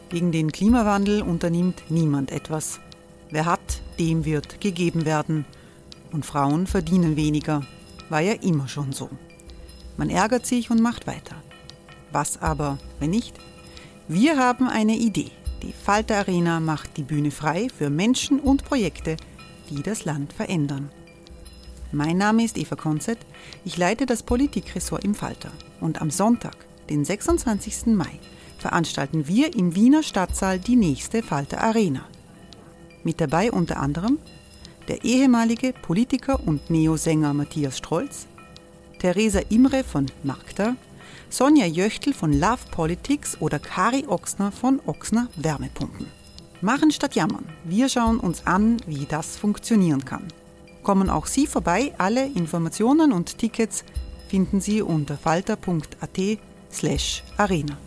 Gegen den Klimawandel unternimmt niemand etwas. Wer hat, dem wird gegeben werden. Und Frauen verdienen weniger. War ja immer schon so. Man ärgert sich und macht weiter. Was aber, wenn nicht? Wir haben eine Idee. Die Falter Arena macht die Bühne frei für Menschen und Projekte, die das Land verändern. Mein Name ist Eva Konzett. Ich leite das Politikressort im Falter. Und am Sonntag, den 26. Mai, veranstalten wir im Wiener Stadtsaal die nächste Falter Arena. Mit dabei unter anderem der ehemalige Politiker und Neosänger Matthias Strolz, Theresa Imre von Magda, Sonja Jöchtl von Love Politics oder Kari Ochsner von Ochsner Wärmepumpen. Machen statt jammern. Wir schauen uns an, wie das funktionieren kann. Kommen auch Sie vorbei. Alle Informationen und Tickets finden Sie unter falter.at/arena.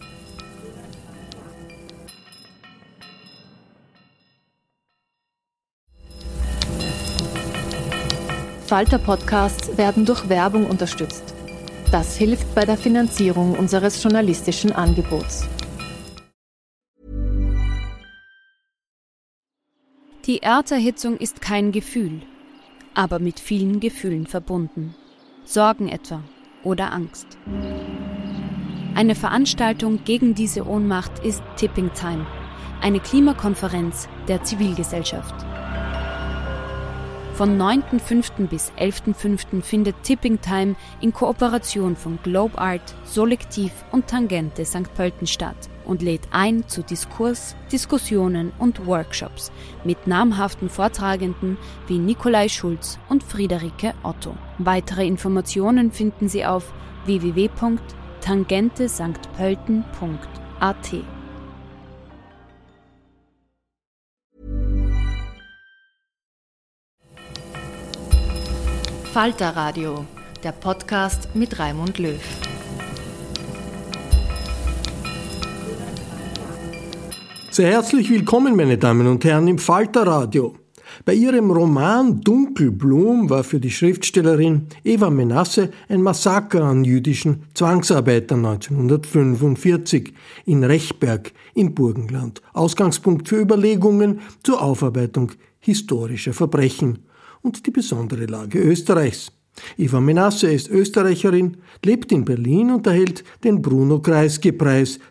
Falter-Podcasts werden durch Werbung unterstützt. Das hilft bei der Finanzierung unseres journalistischen Angebots. Die Erderhitzung ist kein Gefühl, aber mit vielen Gefühlen verbunden. Sorgen etwa oder Angst. Eine Veranstaltung gegen diese Ohnmacht ist Tipping Time, eine Klimakonferenz der Zivilgesellschaft. Von 9.5. bis 11.5. findet Tipping Time in Kooperation von Globe Art, Solektiv und Tangente St. Pölten statt und lädt ein zu Diskurs, Diskussionen und Workshops mit namhaften Vortragenden wie Nikolai Schulz und Friederike Otto. Weitere Informationen finden Sie auf www.tangentesanktpölten.at. Falter Radio, der Podcast mit Raimund Löw. Sehr herzlich willkommen, meine Damen und Herren, im Falter Radio. Bei ihrem Roman Dunkelblum war für die Schriftstellerin Eva Menasse ein Massaker an jüdischen Zwangsarbeitern 1945 in Rechberg im Burgenland Ausgangspunkt für Überlegungen zur Aufarbeitung historischer Verbrechen und die besondere Lage Österreichs. Eva Menasse ist Österreicherin, lebt in Berlin und erhält den Bruno-Kreisky-Preis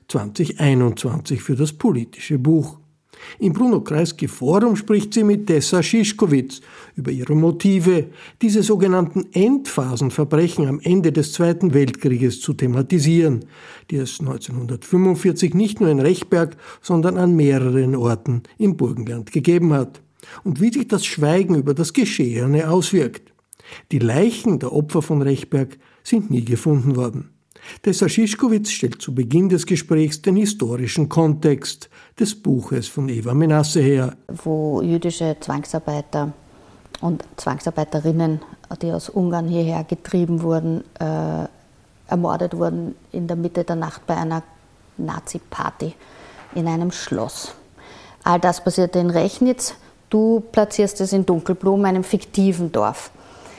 2021 für das politische Buch. Im Bruno-Kreisky-Forum spricht sie mit Tessa Szyszkowitz über ihre Motive, diese sogenannten Endphasenverbrechen am Ende des Zweiten Weltkrieges zu thematisieren, die es 1945 nicht nur in Rechberg, sondern an mehreren Orten im Burgenland gegeben hat. Und wie sich das Schweigen über das Geschehene auswirkt. Die Leichen der Opfer von Rechberg sind nie gefunden worden. Tessa Szyszkowitz stellt zu Beginn des Gesprächs den historischen Kontext des Buches von Eva Menasse her. Wo jüdische Zwangsarbeiter und Zwangsarbeiterinnen, die aus Ungarn hierher getrieben wurden, ermordet wurden in der Mitte der Nacht bei einer Nazi-Party in einem Schloss. All das passierte in Rechnitz. Du platzierst es in Dunkelblum, einem fiktiven Dorf.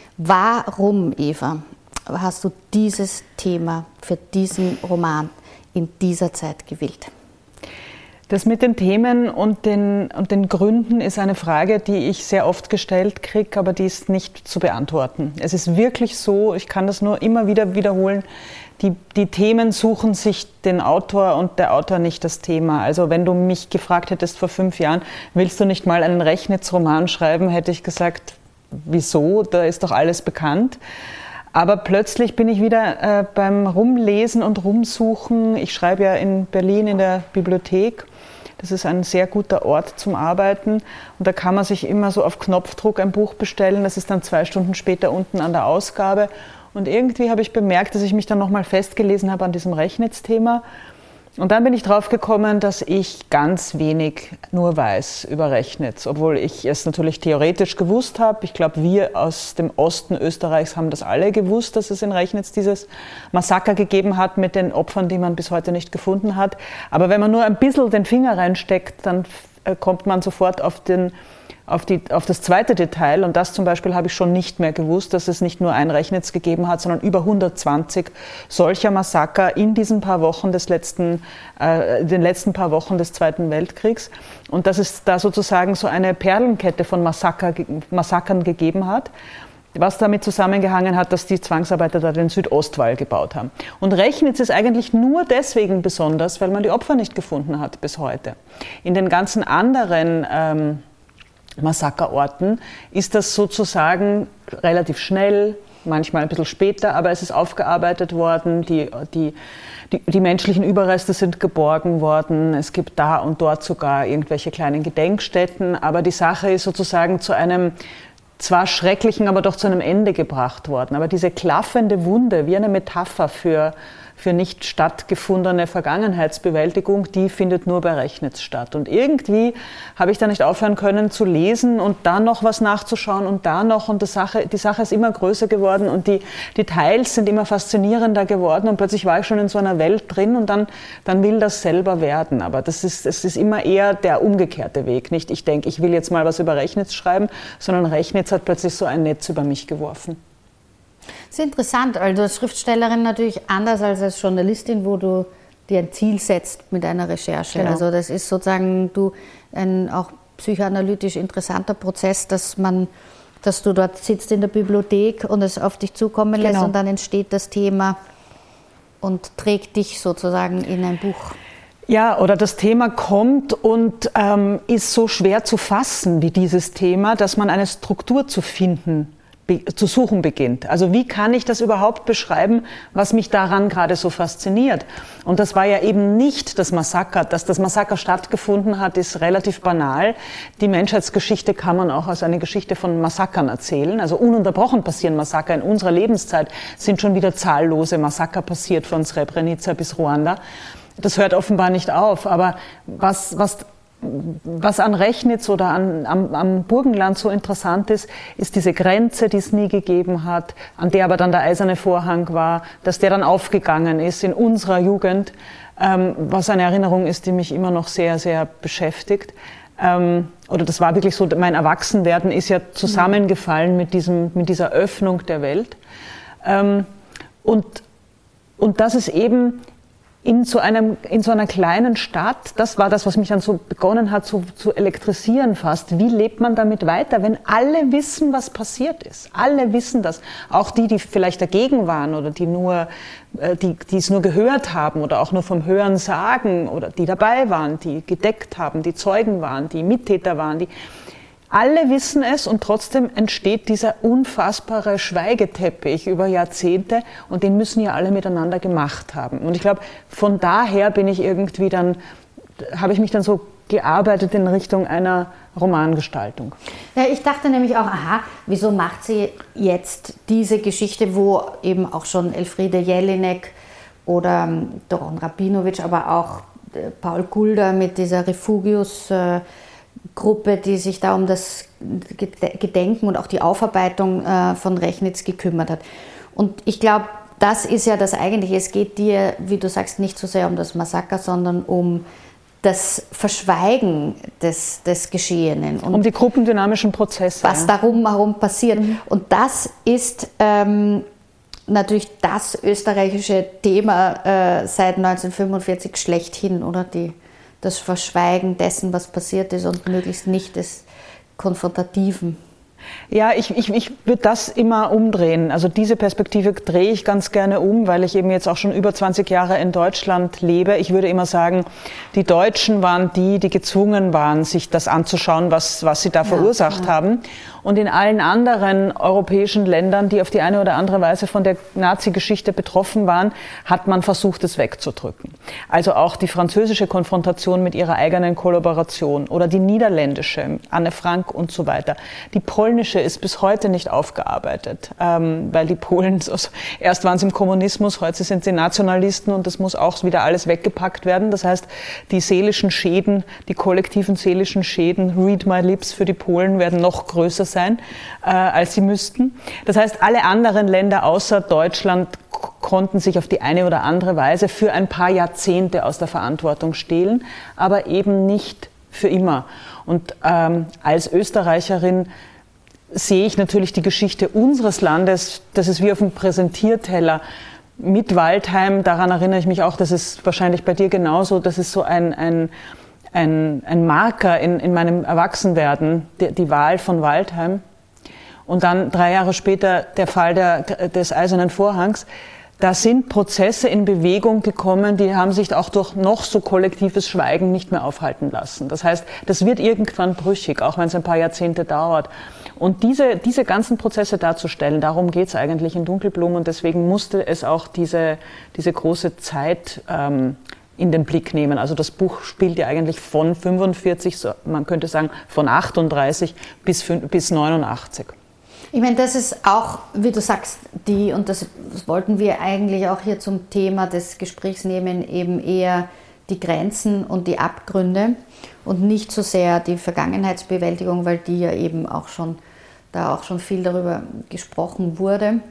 Warum, Eva, hast du dieses Thema für diesen Roman in dieser Zeit gewählt? Das mit den Themen und den Gründen ist eine Frage, die ich sehr oft gestellt kriege, aber die ist nicht zu beantworten. Es ist wirklich so, ich kann das nur immer wieder wiederholen, die Themen suchen sich den Autor und der Autor nicht das Thema. Also wenn du mich gefragt hättest vor 5 Jahren, willst du nicht mal einen Rechnitz-Roman schreiben, hätte ich gesagt, wieso, da ist doch alles bekannt. Aber plötzlich bin ich wieder beim Rumlesen und Rumsuchen. Ich schreibe ja in Berlin in der Bibliothek. Das ist ein sehr guter Ort zum Arbeiten. Und da kann man sich immer so auf Knopfdruck ein Buch bestellen. Das ist dann 2 Stunden später unten an der Ausgabe. Und irgendwie habe ich bemerkt, dass ich mich dann nochmal festgelesen habe an diesem Rechnitz-Thema. Und dann bin ich drauf gekommen, dass ich ganz wenig nur weiß über Rechnitz, obwohl ich es natürlich theoretisch gewusst habe. Ich glaube, wir aus dem Osten Österreichs haben das alle gewusst, dass es in Rechnitz dieses Massaker gegeben hat mit den Opfern, die man bis heute nicht gefunden hat. Aber wenn man nur ein bisschen den Finger reinsteckt, dann kommt man sofort auf auf das zweite Detail, und das zum Beispiel habe ich schon nicht mehr gewusst, dass es nicht nur ein Rechnitz gegeben hat, sondern über 120 solcher Massaker in diesen paar Wochen den letzten paar Wochen des Zweiten Weltkriegs, und dass es da sozusagen so eine Perlenkette von Massakern gegeben hat, was damit zusammengehangen hat, dass die Zwangsarbeiter da den Südostwall gebaut haben. Und Rechnitz ist eigentlich nur deswegen besonders, weil man die Opfer nicht gefunden hat bis heute. In den ganzen anderen Massakerorten ist das sozusagen relativ schnell, manchmal ein bisschen später, aber es ist aufgearbeitet worden, die menschlichen Überreste sind geborgen worden, es gibt da und dort sogar irgendwelche kleinen Gedenkstätten, aber die Sache ist sozusagen zu einem zwar schrecklichen, aber doch zu einem Ende gebracht worden. Aber diese klaffende Wunde, wie eine Metapher für nicht stattgefundene Vergangenheitsbewältigung, die findet nur bei Rechnitz statt. Und irgendwie habe ich da nicht aufhören können zu lesen und da noch was nachzuschauen und da noch. Und die Sache ist immer größer geworden und die Details sind immer faszinierender geworden. Und plötzlich war ich schon in so einer Welt drin und dann will das selber werden. Aber es ist immer eher der umgekehrte Weg. Nicht, ich denke, ich will jetzt mal was über Rechnitz schreiben, sondern Rechnitz hat plötzlich so ein Netz über mich geworfen. Das ist interessant, also als Schriftstellerin natürlich anders als Journalistin, wo du dir ein Ziel setzt mit einer Recherche. Genau. Also das ist sozusagen ein auch psychoanalytisch interessanter Prozess, dass du dort sitzt in der Bibliothek und es auf dich zukommen lässt, genau. Und dann entsteht das Thema und trägt dich sozusagen in ein Buch. Ja, oder das Thema kommt und ist so schwer zu fassen wie dieses Thema, dass man eine Struktur zu suchen beginnt. Also wie kann ich das überhaupt beschreiben, was mich daran gerade so fasziniert? Und das war ja eben nicht das Massaker. Dass das Massaker stattgefunden hat, ist relativ banal. Die Menschheitsgeschichte kann man auch als eine Geschichte von Massakern erzählen. Also ununterbrochen passieren Massaker. In unserer Lebenszeit sind schon wieder zahllose Massaker passiert, von Srebrenica bis Ruanda. Das hört offenbar nicht auf. Aber was an Rechnitz oder am Burgenland so interessant ist diese Grenze, die es nie gegeben hat, an der aber dann der eiserne Vorhang war, dass der dann aufgegangen ist in unserer Jugend, was eine Erinnerung ist, die mich immer noch sehr, sehr beschäftigt. Oder das war wirklich so, mein Erwachsenwerden ist ja zusammengefallen mit dieser Öffnung der Welt. Und das ist eben in so einer kleinen Stadt, das war das, was mich dann so begonnen hat zu elektrisieren fast. Wie lebt man damit weiter, wenn alle wissen, was passiert ist? Alle wissen das. Auch die vielleicht dagegen waren oder die es nur gehört haben oder auch nur vom Hören sagen oder die dabei waren, die gedeckt haben, die Zeugen waren, die Mittäter waren, alle wissen es und trotzdem entsteht dieser unfassbare Schweigeteppich über Jahrzehnte und den müssen ja alle miteinander gemacht haben. Und ich glaube, von daher habe ich mich dann so gearbeitet in Richtung einer Romangestaltung. Ja, ich dachte nämlich auch, wieso macht sie jetzt diese Geschichte, wo eben auch schon Elfriede Jelinek oder Doron Rabinowitsch, aber auch Paul Gulder mit dieser Refugius-Gruppe, die sich da um das Gedenken und auch die Aufarbeitung von Rechnitz gekümmert hat. Und ich glaube, das ist ja das Eigentliche. Es geht dir, wie du sagst, nicht so sehr um das Massaker, sondern um das Verschweigen des Geschehenen. Und um die gruppendynamischen Prozesse. Was darum herum passiert. Und das ist natürlich das österreichische Thema seit 1945 schlechthin, oder? Das Verschweigen dessen, was passiert ist und möglichst nicht des Konfrontativen. Ja, ich würde das immer umdrehen. Also diese Perspektive drehe ich ganz gerne um, weil ich eben jetzt auch schon über 20 Jahre in Deutschland lebe. Ich würde immer sagen, die Deutschen waren die gezwungen waren, sich das anzuschauen, was sie da verursacht haben. Und in allen anderen europäischen Ländern, die auf die eine oder andere Weise von der Nazi-Geschichte betroffen waren, hat man versucht, es wegzudrücken. Also auch die französische Konfrontation mit ihrer eigenen Kollaboration oder die niederländische, Anne Frank und so weiter. Die polnische ist bis heute nicht aufgearbeitet, weil die Polen, erst waren sie im Kommunismus, heute sind sie Nationalisten und das muss auch wieder alles weggepackt werden. Das heißt, die seelischen Schäden, die kollektiven seelischen Schäden, read my lips für die Polen, werden noch größer sein, als sie müssten. Das heißt, alle anderen Länder außer Deutschland konnten sich auf die eine oder andere Weise für ein paar Jahrzehnte aus der Verantwortung stehlen, aber eben nicht für immer. Und als Österreicherin sehe ich natürlich die Geschichte unseres Landes, das ist wie auf dem Präsentierteller mit Waldheim. Daran erinnere ich mich auch, das ist wahrscheinlich bei dir genauso, das ist so ein Marker in meinem Erwachsenwerden, die Wahl von Waldheim. Und dann 3 Jahre später der Fall des Eisernen Vorhangs. Da sind Prozesse in Bewegung gekommen, die haben sich auch durch noch so kollektives Schweigen nicht mehr aufhalten lassen. Das heißt, das wird irgendwann brüchig, auch wenn es ein paar Jahrzehnte dauert. Und diese ganzen Prozesse darzustellen, darum geht es eigentlich in Dunkelblumen, und deswegen musste es auch diese große Zeit in den Blick nehmen. Also das Buch spielt ja eigentlich von 45, man könnte sagen von 38 bis 89. Ich meine, das ist auch, wie du sagst, und das wollten wir eigentlich auch hier zum Thema des Gesprächs nehmen, eben eher die Grenzen und die Abgründe und nicht so sehr die Vergangenheitsbewältigung, weil die ja eben auch schon viel darüber gesprochen wurde.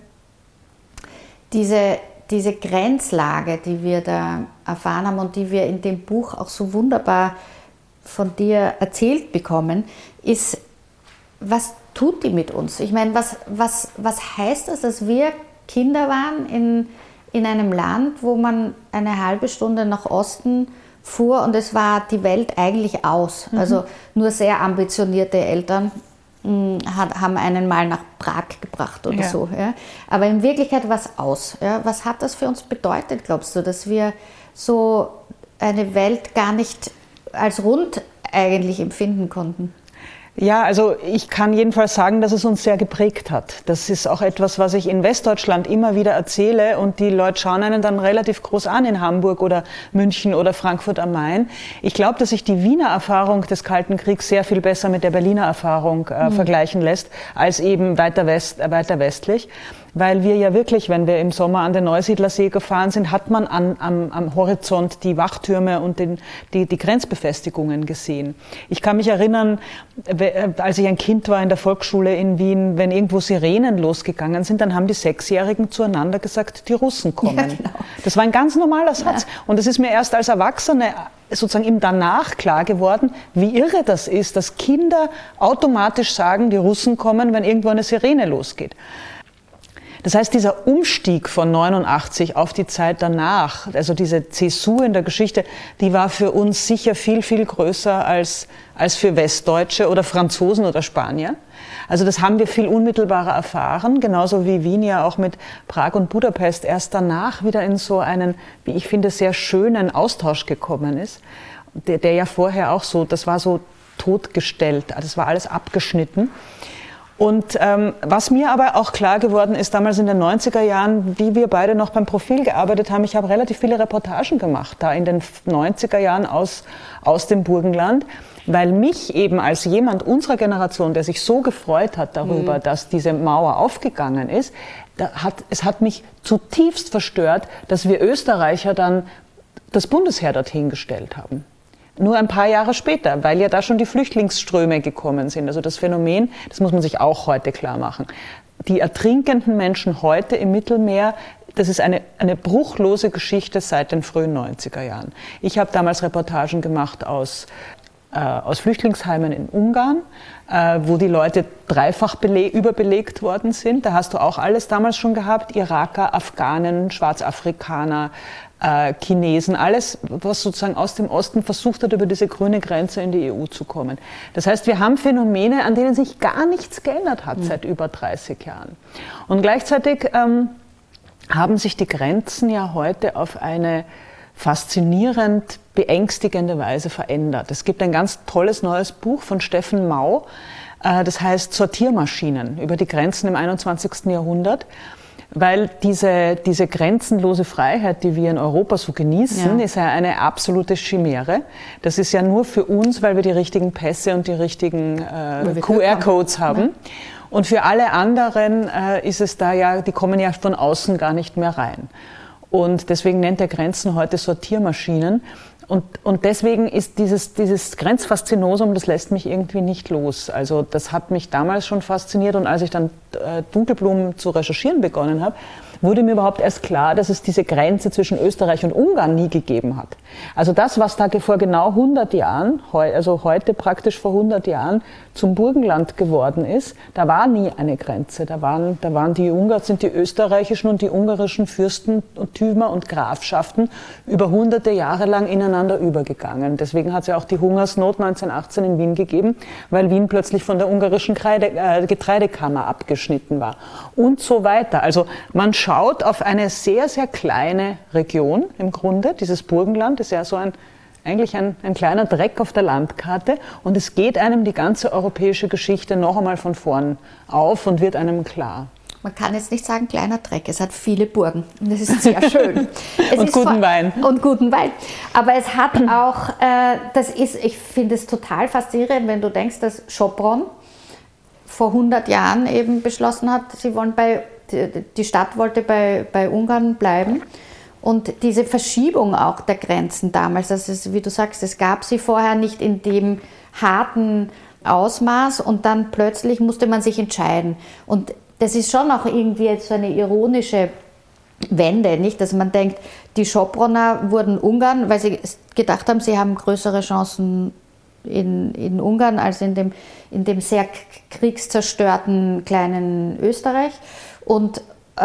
Diese Grenzlage, die wir da erfahren haben und die wir in dem Buch auch so wunderbar von dir erzählt bekommen, ist, was tut die mit uns? Ich meine, was heißt das, dass wir Kinder waren in einem Land, wo man eine halbe Stunde nach Osten fuhr und es war die Welt eigentlich aus. Also nur sehr ambitionierte Eltern haben einen mal nach Prag gebracht oder so. Ja. Aber in Wirklichkeit war es aus. Ja. Was hat das für uns bedeutet, glaubst du, dass wir so eine Welt gar nicht als rund eigentlich empfinden konnten? Ja, also ich kann jedenfalls sagen, dass es uns sehr geprägt hat. Das ist auch etwas, was ich in Westdeutschland immer wieder erzähle, und die Leute schauen einen dann relativ groß an in Hamburg oder München oder Frankfurt am Main. Ich glaube, dass sich die Wiener Erfahrung des Kalten Kriegs sehr viel besser mit der Berliner Erfahrung vergleichen lässt, als eben weiter westlich. Weil wir ja wirklich, wenn wir im Sommer an den Neusiedlersee gefahren sind, hat man am Horizont die Wachtürme und die Grenzbefestigungen gesehen. Ich kann mich erinnern, als ich ein Kind war in der Volksschule in Wien, wenn irgendwo Sirenen losgegangen sind, dann haben die Sechsjährigen zueinander gesagt, die Russen kommen. Ja, genau. Das war ein ganz normaler Satz. Ja. Und es ist mir erst als Erwachsene sozusagen im Danach klar geworden, wie irre das ist, dass Kinder automatisch sagen, die Russen kommen, wenn irgendwo eine Sirene losgeht. Das heißt, dieser Umstieg von 89 auf die Zeit danach, also diese Zäsur in der Geschichte, die war für uns sicher viel, viel größer als für Westdeutsche oder Franzosen oder Spanier. Also das haben wir viel unmittelbarer erfahren, genauso wie Wien ja auch mit Prag und Budapest erst danach wieder in so einen, wie ich finde, sehr schönen Austausch gekommen ist, der ja vorher auch so, das war so totgestellt, das war alles abgeschnitten. Und was mir aber auch klar geworden ist, damals in den 90er Jahren, wie wir beide noch beim Profil gearbeitet haben, ich habe relativ viele Reportagen gemacht, da in den 90er Jahren aus dem Burgenland, weil mich eben als jemand unserer Generation, der sich so gefreut hat darüber, dass diese Mauer aufgegangen ist, es hat mich zutiefst verstört, dass wir Österreicher dann das Bundesheer dorthin gestellt haben. Nur ein paar Jahre später, weil ja da schon die Flüchtlingsströme gekommen sind. Also das Phänomen, das muss man sich auch heute klar machen. Die ertrinkenden Menschen heute im Mittelmeer, das ist eine bruchlose Geschichte seit den frühen 90er Jahren. Ich habe damals Reportagen gemacht aus Flüchtlingsheimen in Ungarn, wo die Leute dreifach überbelegt worden sind. Da hast du auch alles damals schon gehabt, Iraker, Afghanen, Schwarzafrikaner, Chinesen, alles, was sozusagen aus dem Osten versucht hat, über diese grüne Grenze in die EU zu kommen. Das heißt, wir haben Phänomene, an denen sich gar nichts geändert hat seit über 30 Jahren. Und gleichzeitig haben sich die Grenzen ja heute auf eine faszinierend beängstigende Weise verändert. Es gibt ein ganz tolles neues Buch von Steffen Mau, das heißt Sortiermaschinen über die Grenzen im 21. Jahrhundert. Weil diese grenzenlose Freiheit, die wir in Europa so genießen, ist ja eine absolute Chimäre. Das ist ja nur für uns, weil wir die richtigen Pässe und die richtigen QR-Codes haben. Ja. Und für alle anderen ist es da ja, die kommen ja von außen gar nicht mehr rein. Und deswegen nennt er Grenzen heute Sortiermaschinen. Und deswegen ist dieses Grenzfaszinosum, das lässt mich irgendwie nicht los. Also das hat mich damals schon fasziniert, und als ich dann Dunkelblumen zu recherchieren begonnen habe, wurde mir überhaupt erst klar, dass es diese Grenze zwischen Österreich und Ungarn nie gegeben hat. Also das, was da vor genau 100 Jahren, also heute praktisch vor 100 Jahren, zum Burgenland geworden ist, da war nie eine Grenze. Da waren die Ungarn, sind die österreichischen und die ungarischen Fürstentümer und Grafschaften über hunderte Jahre lang ineinander übergegangen. Deswegen hat es ja auch die Hungersnot 1918 in Wien gegeben, weil Wien plötzlich von der ungarischen Getreidekammer abgeschnitten war und so weiter. Also man schaut auf eine sehr, sehr kleine Region im Grunde. Dieses Burgenland ist ja so eigentlich ein kleiner Dreck auf der Landkarte und es geht einem die ganze europäische Geschichte noch einmal von vorn auf und wird einem klar. Man kann jetzt nicht sagen, kleiner Dreck, es hat viele Burgen und das ist sehr schön. Und guten Wein. Und guten Wein. Aber es hat auch, ich finde es total faszinierend, wenn du denkst, dass Sopron vor 100 Jahren eben beschlossen hat, die Stadt wollte bei Ungarn bleiben. Und diese Verschiebung auch der Grenzen damals, das ist, wie du sagst, es gab sie vorher nicht in dem harten Ausmaß und dann plötzlich musste man sich entscheiden. Und das ist schon auch irgendwie jetzt so eine ironische Wende, nicht? Dass man denkt, die Soproner wurden Ungarn, weil sie gedacht haben, sie haben größere Chancen in Ungarn als in dem sehr kriegszerstörten kleinen Österreich. Und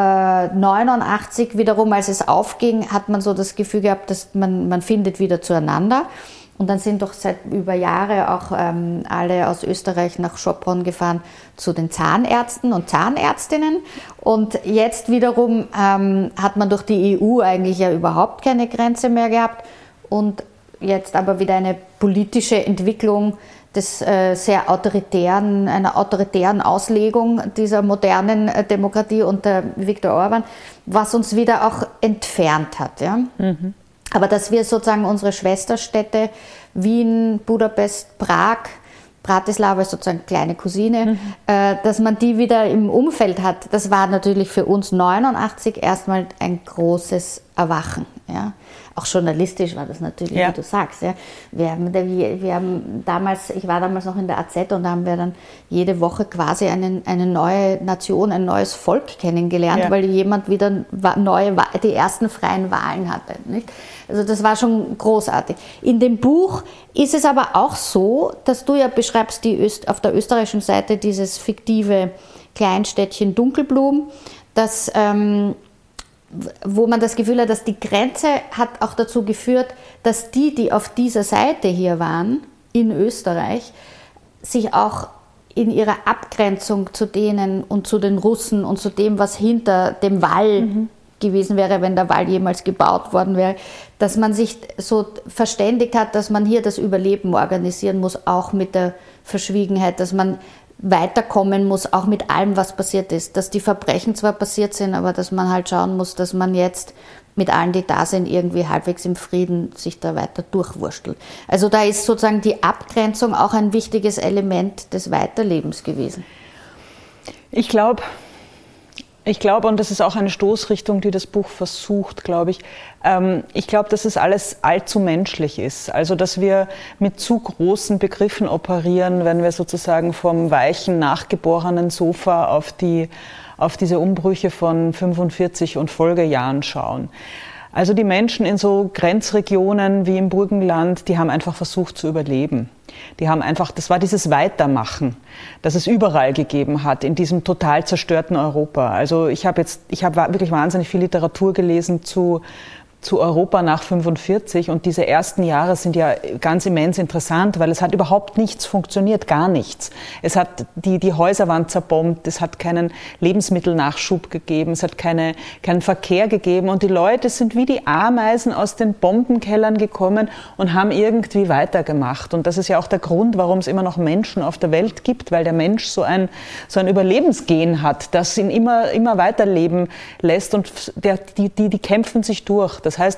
89 wiederum, als es aufging, hat man so das Gefühl gehabt, dass man findet wieder zueinander. Und dann sind doch seit über Jahre auch alle aus Österreich nach Sopron gefahren zu den Zahnärzten und Zahnärztinnen. Und jetzt wiederum hat man durch die EU eigentlich ja überhaupt keine Grenze mehr gehabt. Und jetzt aber wieder eine politische Entwicklung einer autoritären Auslegung dieser modernen Demokratie unter Viktor Orban, was uns wieder auch entfernt hat. Ja? Mhm. Aber dass wir sozusagen unsere Schwesterstädte Wien, Budapest, Prag, Bratislava ist sozusagen kleine Cousine, dass man die wieder im Umfeld hat, das war natürlich für uns 89 erstmal ein großes Erwachen. Ja? Auch journalistisch war das natürlich, wie du sagst. Ja. Wir haben damals, ich war damals noch in der AZ und da haben wir dann jede Woche quasi eine neue Nation, ein neues Volk kennengelernt, weil jemand wieder die ersten freien Wahlen hatte. Nicht? Also das war schon großartig. In dem Buch ist es aber auch so, dass du ja beschreibst auf der österreichischen Seite dieses fiktive Kleinstädtchen Dunkelblum, wo man das Gefühl hat, dass die Grenze hat auch dazu geführt, dass die auf dieser Seite hier waren, in Österreich, sich auch in ihrer Abgrenzung zu denen und zu den Russen und zu dem, was hinter dem Wall gewesen wäre, wenn der Wall jemals gebaut worden wäre, dass man sich so verständigt hat, dass man hier das Überleben organisieren muss, auch mit der Verschwiegenheit, dass man weiterkommen muss, auch mit allem, was passiert ist. Dass die Verbrechen zwar passiert sind, aber dass man halt schauen muss, dass man jetzt mit allen, die da sind, irgendwie halbwegs im Frieden sich da weiter durchwurstelt. Also da ist sozusagen die Abgrenzung auch ein wichtiges Element des Weiterlebens gewesen. Ich glaube, und das ist auch eine Stoßrichtung, die das Buch versucht, glaube ich. Ich glaube, dass es alles allzu menschlich ist. Also, dass wir mit zu großen Begriffen operieren, wenn wir sozusagen vom weichen, nachgeborenen Sofa auf diese Umbrüche von 45 und Folgejahren schauen. Also die Menschen in so Grenzregionen wie im Burgenland, die haben einfach versucht zu überleben. Das war dieses Weitermachen, das es überall gegeben hat in diesem total zerstörten Europa. Also ich habe wirklich wahnsinnig viel Literatur gelesen zu Europa nach 45 und diese ersten Jahre sind ja ganz immens interessant, weil es hat überhaupt nichts funktioniert, gar nichts. Die Häuser waren zerbombt, es hat keinen Lebensmittelnachschub gegeben, es hat keinen Verkehr gegeben und die Leute sind wie die Ameisen aus den Bombenkellern gekommen und haben irgendwie weitergemacht. Und das ist ja auch der Grund, warum es immer noch Menschen auf der Welt gibt, weil der Mensch so ein Überlebensgen hat, das ihn immer weiterleben lässt und die kämpfen sich durch. Das heißt,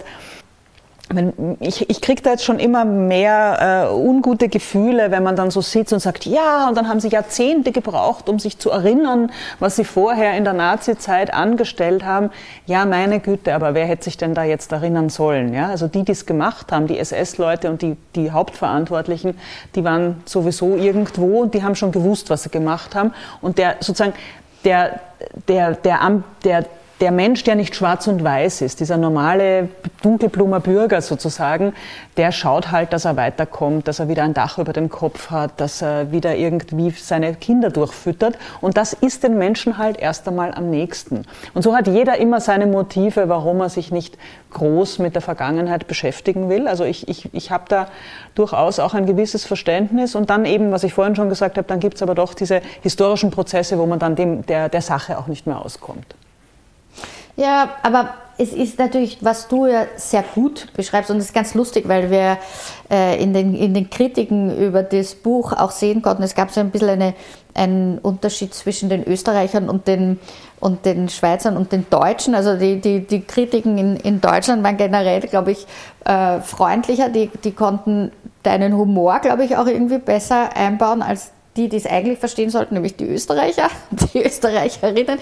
ich kriege da jetzt schon immer mehr ungute Gefühle, wenn man dann so sitzt und sagt, ja, und dann haben sie Jahrzehnte gebraucht, um sich zu erinnern, was sie vorher in der Nazi-Zeit angestellt haben. Ja, meine Güte, aber wer hätte sich denn da jetzt erinnern sollen? Ja? Also die es gemacht haben, die SS-Leute und die Hauptverantwortlichen, die waren sowieso irgendwo und die haben schon gewusst, was sie gemacht haben. Und der der Mensch, der nicht schwarz und weiß ist, dieser normale Dunkelblumer Bürger sozusagen, der schaut halt, dass er weiterkommt, dass er wieder ein Dach über dem Kopf hat, dass er wieder irgendwie seine Kinder durchfüttert. Und das ist den Menschen halt erst einmal am nächsten. Und so hat jeder immer seine Motive, warum er sich nicht groß mit der Vergangenheit beschäftigen will. Also ich habe da durchaus auch ein gewisses Verständnis. Und dann eben, was ich vorhin schon gesagt habe, dann gibt es aber doch diese historischen Prozesse, wo man dann der Sache auch nicht mehr auskommt. Ja, aber es ist natürlich, was du ja sehr gut beschreibst, und es ist ganz lustig, weil wir in den Kritiken über das Buch auch sehen konnten, es gab so ein bisschen einen Unterschied zwischen den Österreichern und den Schweizern und den Deutschen. Also die Kritiken in Deutschland waren generell, glaube ich, freundlicher, die konnten deinen Humor, glaube ich, auch irgendwie besser einbauen als die es eigentlich verstehen sollten, nämlich die Österreicher, die Österreicherinnen.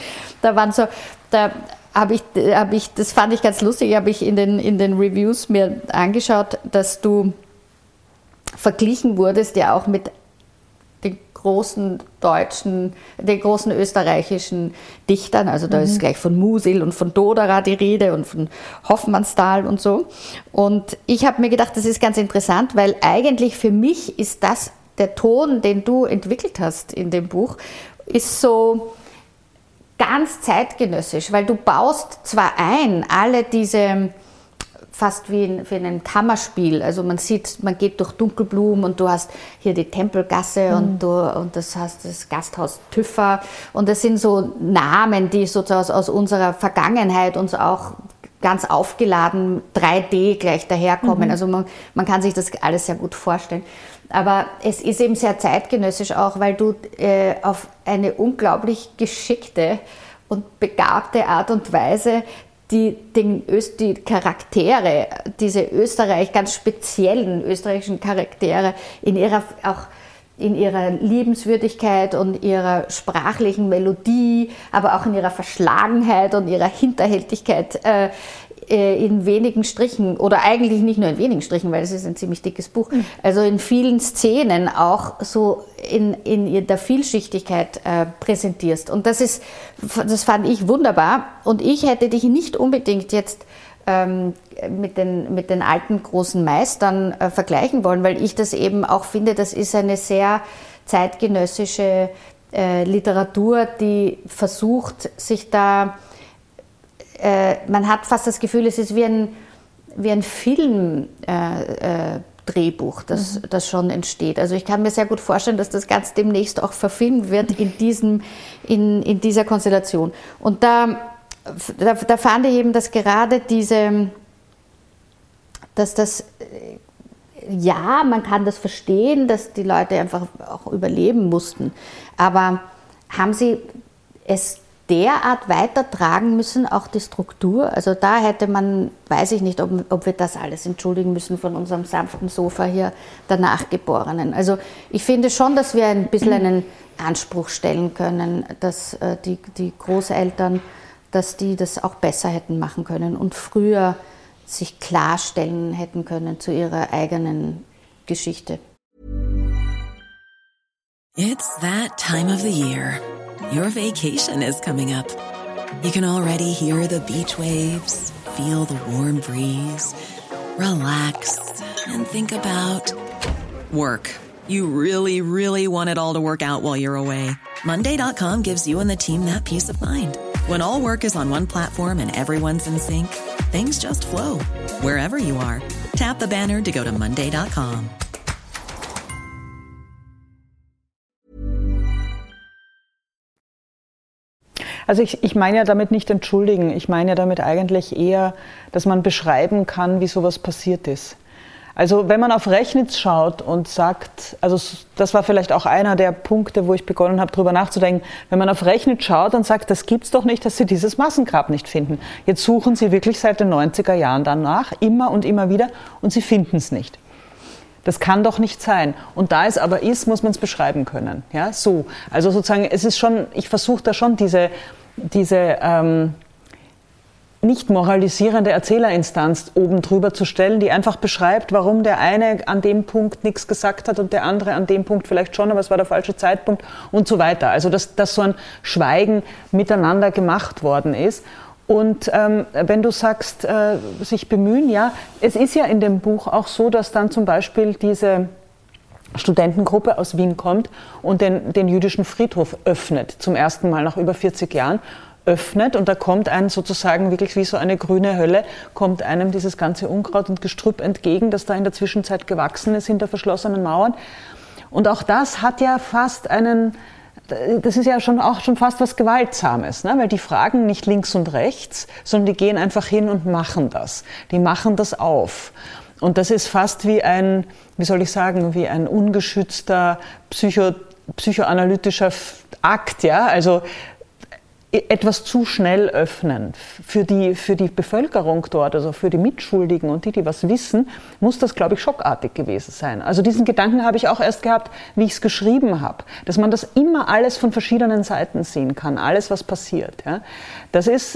Das fand ich ganz lustig, habe ich in den Reviews mir angeschaut, dass du verglichen wurdest ja auch mit den großen österreichischen Dichtern, also da ist gleich von Musil und von Doderer die Rede und von Hoffmannsthal und so. Und ich habe mir gedacht, das ist ganz interessant, weil eigentlich für mich ist das der Ton, den du entwickelt hast in dem Buch, ist so ganz zeitgenössisch, weil du baust zwar ein, alle diese, fast wie in ein Kammerspiel, also man geht durch Dunkelblum und du hast hier die Tempelgasse und das heißt das Gasthaus Tüffer und das sind so Namen, die sozusagen aus unserer Vergangenheit uns auch ganz aufgeladen 3D gleich daherkommen, also man kann sich das alles sehr gut vorstellen. Aber es ist eben sehr zeitgenössisch auch, weil du auf eine unglaublich geschickte und begabte Art und Weise die Charaktere, diese ganz speziellen österreichischen Charaktere in ihrer Liebenswürdigkeit und ihrer sprachlichen Melodie, aber auch in ihrer Verschlagenheit und ihrer Hinterhältigkeit in wenigen Strichen, oder eigentlich nicht nur in wenigen Strichen, weil es ist ein ziemlich dickes Buch, also in vielen Szenen auch so in der Vielschichtigkeit präsentierst. Und das fand ich wunderbar. Und ich hätte dich nicht unbedingt jetzt mit den alten großen Meistern vergleichen wollen, weil ich das eben auch finde, das ist eine sehr zeitgenössische Literatur, die versucht, sich da man hat fast das Gefühl, es ist wie ein Film-Drehbuch, das schon entsteht. Also ich kann mir sehr gut vorstellen, dass das ganz demnächst auch verfilmt wird in dieser Konstellation. Und da fand ich eben, dass gerade man kann das verstehen, dass die Leute einfach auch überleben mussten, aber haben sie es derart weitertragen müssen, auch die Struktur. Also da hätte man, weiß ich nicht, ob wir das alles entschuldigen müssen von unserem sanften Sofa hier der Nachgeborenen. Also ich finde schon, dass wir ein bisschen einen Anspruch stellen können, dass die Großeltern, dass die das auch besser hätten machen können und früher sich klarstellen hätten können zu ihrer eigenen Geschichte. It's that time of the year. Your vacation is coming up. You can already hear the beach waves, feel the warm breeze, relax and think about work. You really, really want it all to work out while you're away. Monday.com gives you and the team that peace of mind. When all work is on one platform and everyone's in sync, things just flow. Wherever you are, tap the banner to go to Monday.com. Also ich meine ja damit nicht entschuldigen, ich meine ja damit eigentlich eher, dass man beschreiben kann, wie sowas passiert ist. Also wenn man auf Rechnitz schaut und sagt, also das war vielleicht auch einer der Punkte, wo ich begonnen habe, drüber nachzudenken, wenn man auf Rechnitz schaut und sagt, das gibt's doch nicht, dass sie dieses Massengrab nicht finden. Jetzt suchen sie wirklich seit den 90er Jahren danach, immer und immer wieder, und sie finden es nicht. Das kann doch nicht sein. Und da es aber ist, muss man es beschreiben können. Ja, so. Also sozusagen, es ist schon, ich versuche da schon diese nicht moralisierende Erzählerinstanz oben drüber zu stellen, die einfach beschreibt, warum der eine an dem Punkt nichts gesagt hat und der andere an dem Punkt vielleicht schon, aber es war der falsche Zeitpunkt und so weiter. Also dass so ein Schweigen miteinander gemacht worden ist. Und wenn du sagst, sich bemühen, ja, es ist ja in dem Buch auch so, dass dann zum Beispiel diese Studentengruppe aus Wien kommt und den jüdischen Friedhof öffnet, zum ersten Mal nach über 40 Jahren öffnet, und da kommt einem sozusagen wirklich wie so eine grüne Hölle, kommt einem dieses ganze Unkraut und Gestrüpp entgegen, das da in der Zwischenzeit gewachsen ist hinter verschlossenen Mauern. Und auch das hat ja fast das ist ja schon fast was Gewaltsames, ne? Weil die fragen nicht links und rechts, sondern die gehen einfach hin und machen das. Die machen das auf. Und das ist fast wie ein ungeschützter psychoanalytischer Akt, ja, also etwas zu schnell öffnen. Für die Bevölkerung dort, also für die Mitschuldigen und die was wissen, muss das, glaube ich, schockartig gewesen sein. Also diesen Gedanken habe ich auch erst gehabt, wie ich es geschrieben habe, dass man das immer alles von verschiedenen Seiten sehen kann, alles, was passiert. Ja. Das ist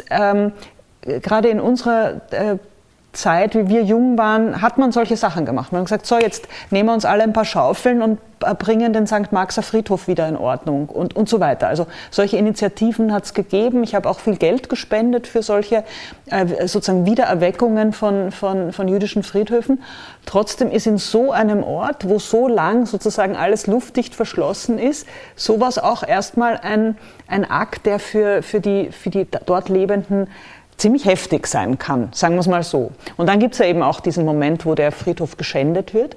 gerade in unserer Zeit, wie wir jung waren, hat man solche Sachen gemacht. Man hat gesagt, so, jetzt nehmen wir uns alle ein paar Schaufeln und bringen den St. Marxer Friedhof wieder in Ordnung und so weiter. Also solche Initiativen hat es gegeben. Ich habe auch viel Geld gespendet für solche sozusagen Wiedererweckungen von jüdischen Friedhöfen. Trotzdem ist in so einem Ort, wo so lang sozusagen alles luftdicht verschlossen ist, sowas auch erstmal ein Akt, der für die dort Lebenden ziemlich heftig sein kann, sagen wir es mal so. Und dann gibt es ja eben auch diesen Moment, wo der Friedhof geschändet wird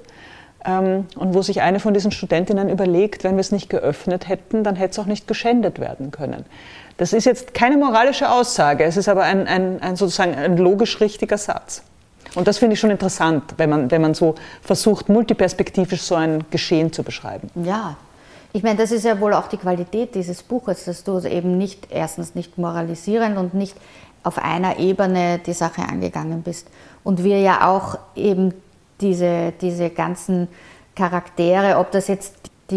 und wo sich eine von diesen Studentinnen überlegt, wenn wir es nicht geöffnet hätten, dann hätte es auch nicht geschändet werden können. Das ist jetzt keine moralische Aussage, es ist aber sozusagen ein logisch richtiger Satz. Und das finde ich schon interessant, wenn man so versucht, multiperspektivisch so ein Geschehen zu beschreiben. Ja, ich meine, das ist ja wohl auch die Qualität dieses Buches, dass du eben erstens nicht moralisierend und nicht auf einer Ebene die Sache angegangen bist. Und wir ja auch eben diese ganzen Charaktere, ob das jetzt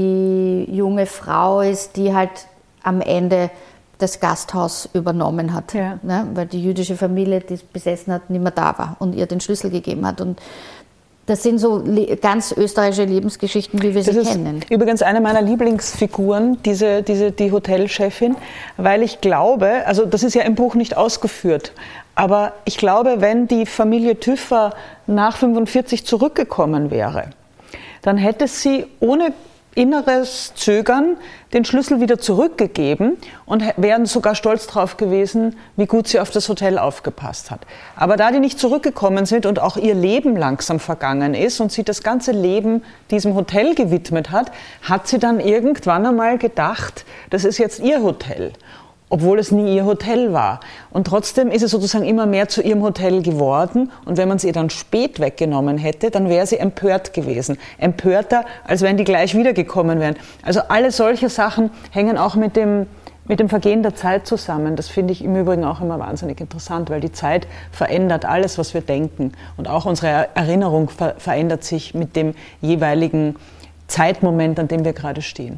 die junge Frau ist, die halt am Ende das Gasthaus übernommen hat, ja. Ne? Weil die jüdische Familie, die es besessen hat, nicht mehr da war und ihr den Schlüssel gegeben hat. Und das sind so ganz österreichische Lebensgeschichten, wie wir sie kennen. Das ist übrigens eine meiner Lieblingsfiguren, die Hotelchefin, weil ich glaube, also das ist ja im Buch nicht ausgeführt, aber ich glaube, wenn die Familie Tüffer nach 1945 zurückgekommen wäre, dann hätte sie ohne inneres Zögern den Schlüssel wieder zurückgegeben und wären sogar stolz drauf gewesen, wie gut sie auf das Hotel aufgepasst hat. Aber da die nicht zurückgekommen sind und auch ihr Leben langsam vergangen ist und sie das ganze Leben diesem Hotel gewidmet hat, hat sie dann irgendwann einmal gedacht, das ist jetzt ihr Hotel. Obwohl es nie ihr Hotel war. Und trotzdem ist es sozusagen immer mehr zu ihrem Hotel geworden. Und wenn man es ihr dann spät weggenommen hätte, dann wäre sie empört gewesen. Empörter, als wenn die gleich wiedergekommen wären. Also alle solche Sachen hängen auch mit dem Vergehen der Zeit zusammen. Das finde ich im Übrigen auch immer wahnsinnig interessant, weil die Zeit verändert alles, was wir denken. Und auch unsere Erinnerung verändert sich mit dem jeweiligen Zeitmoment, an dem wir gerade stehen.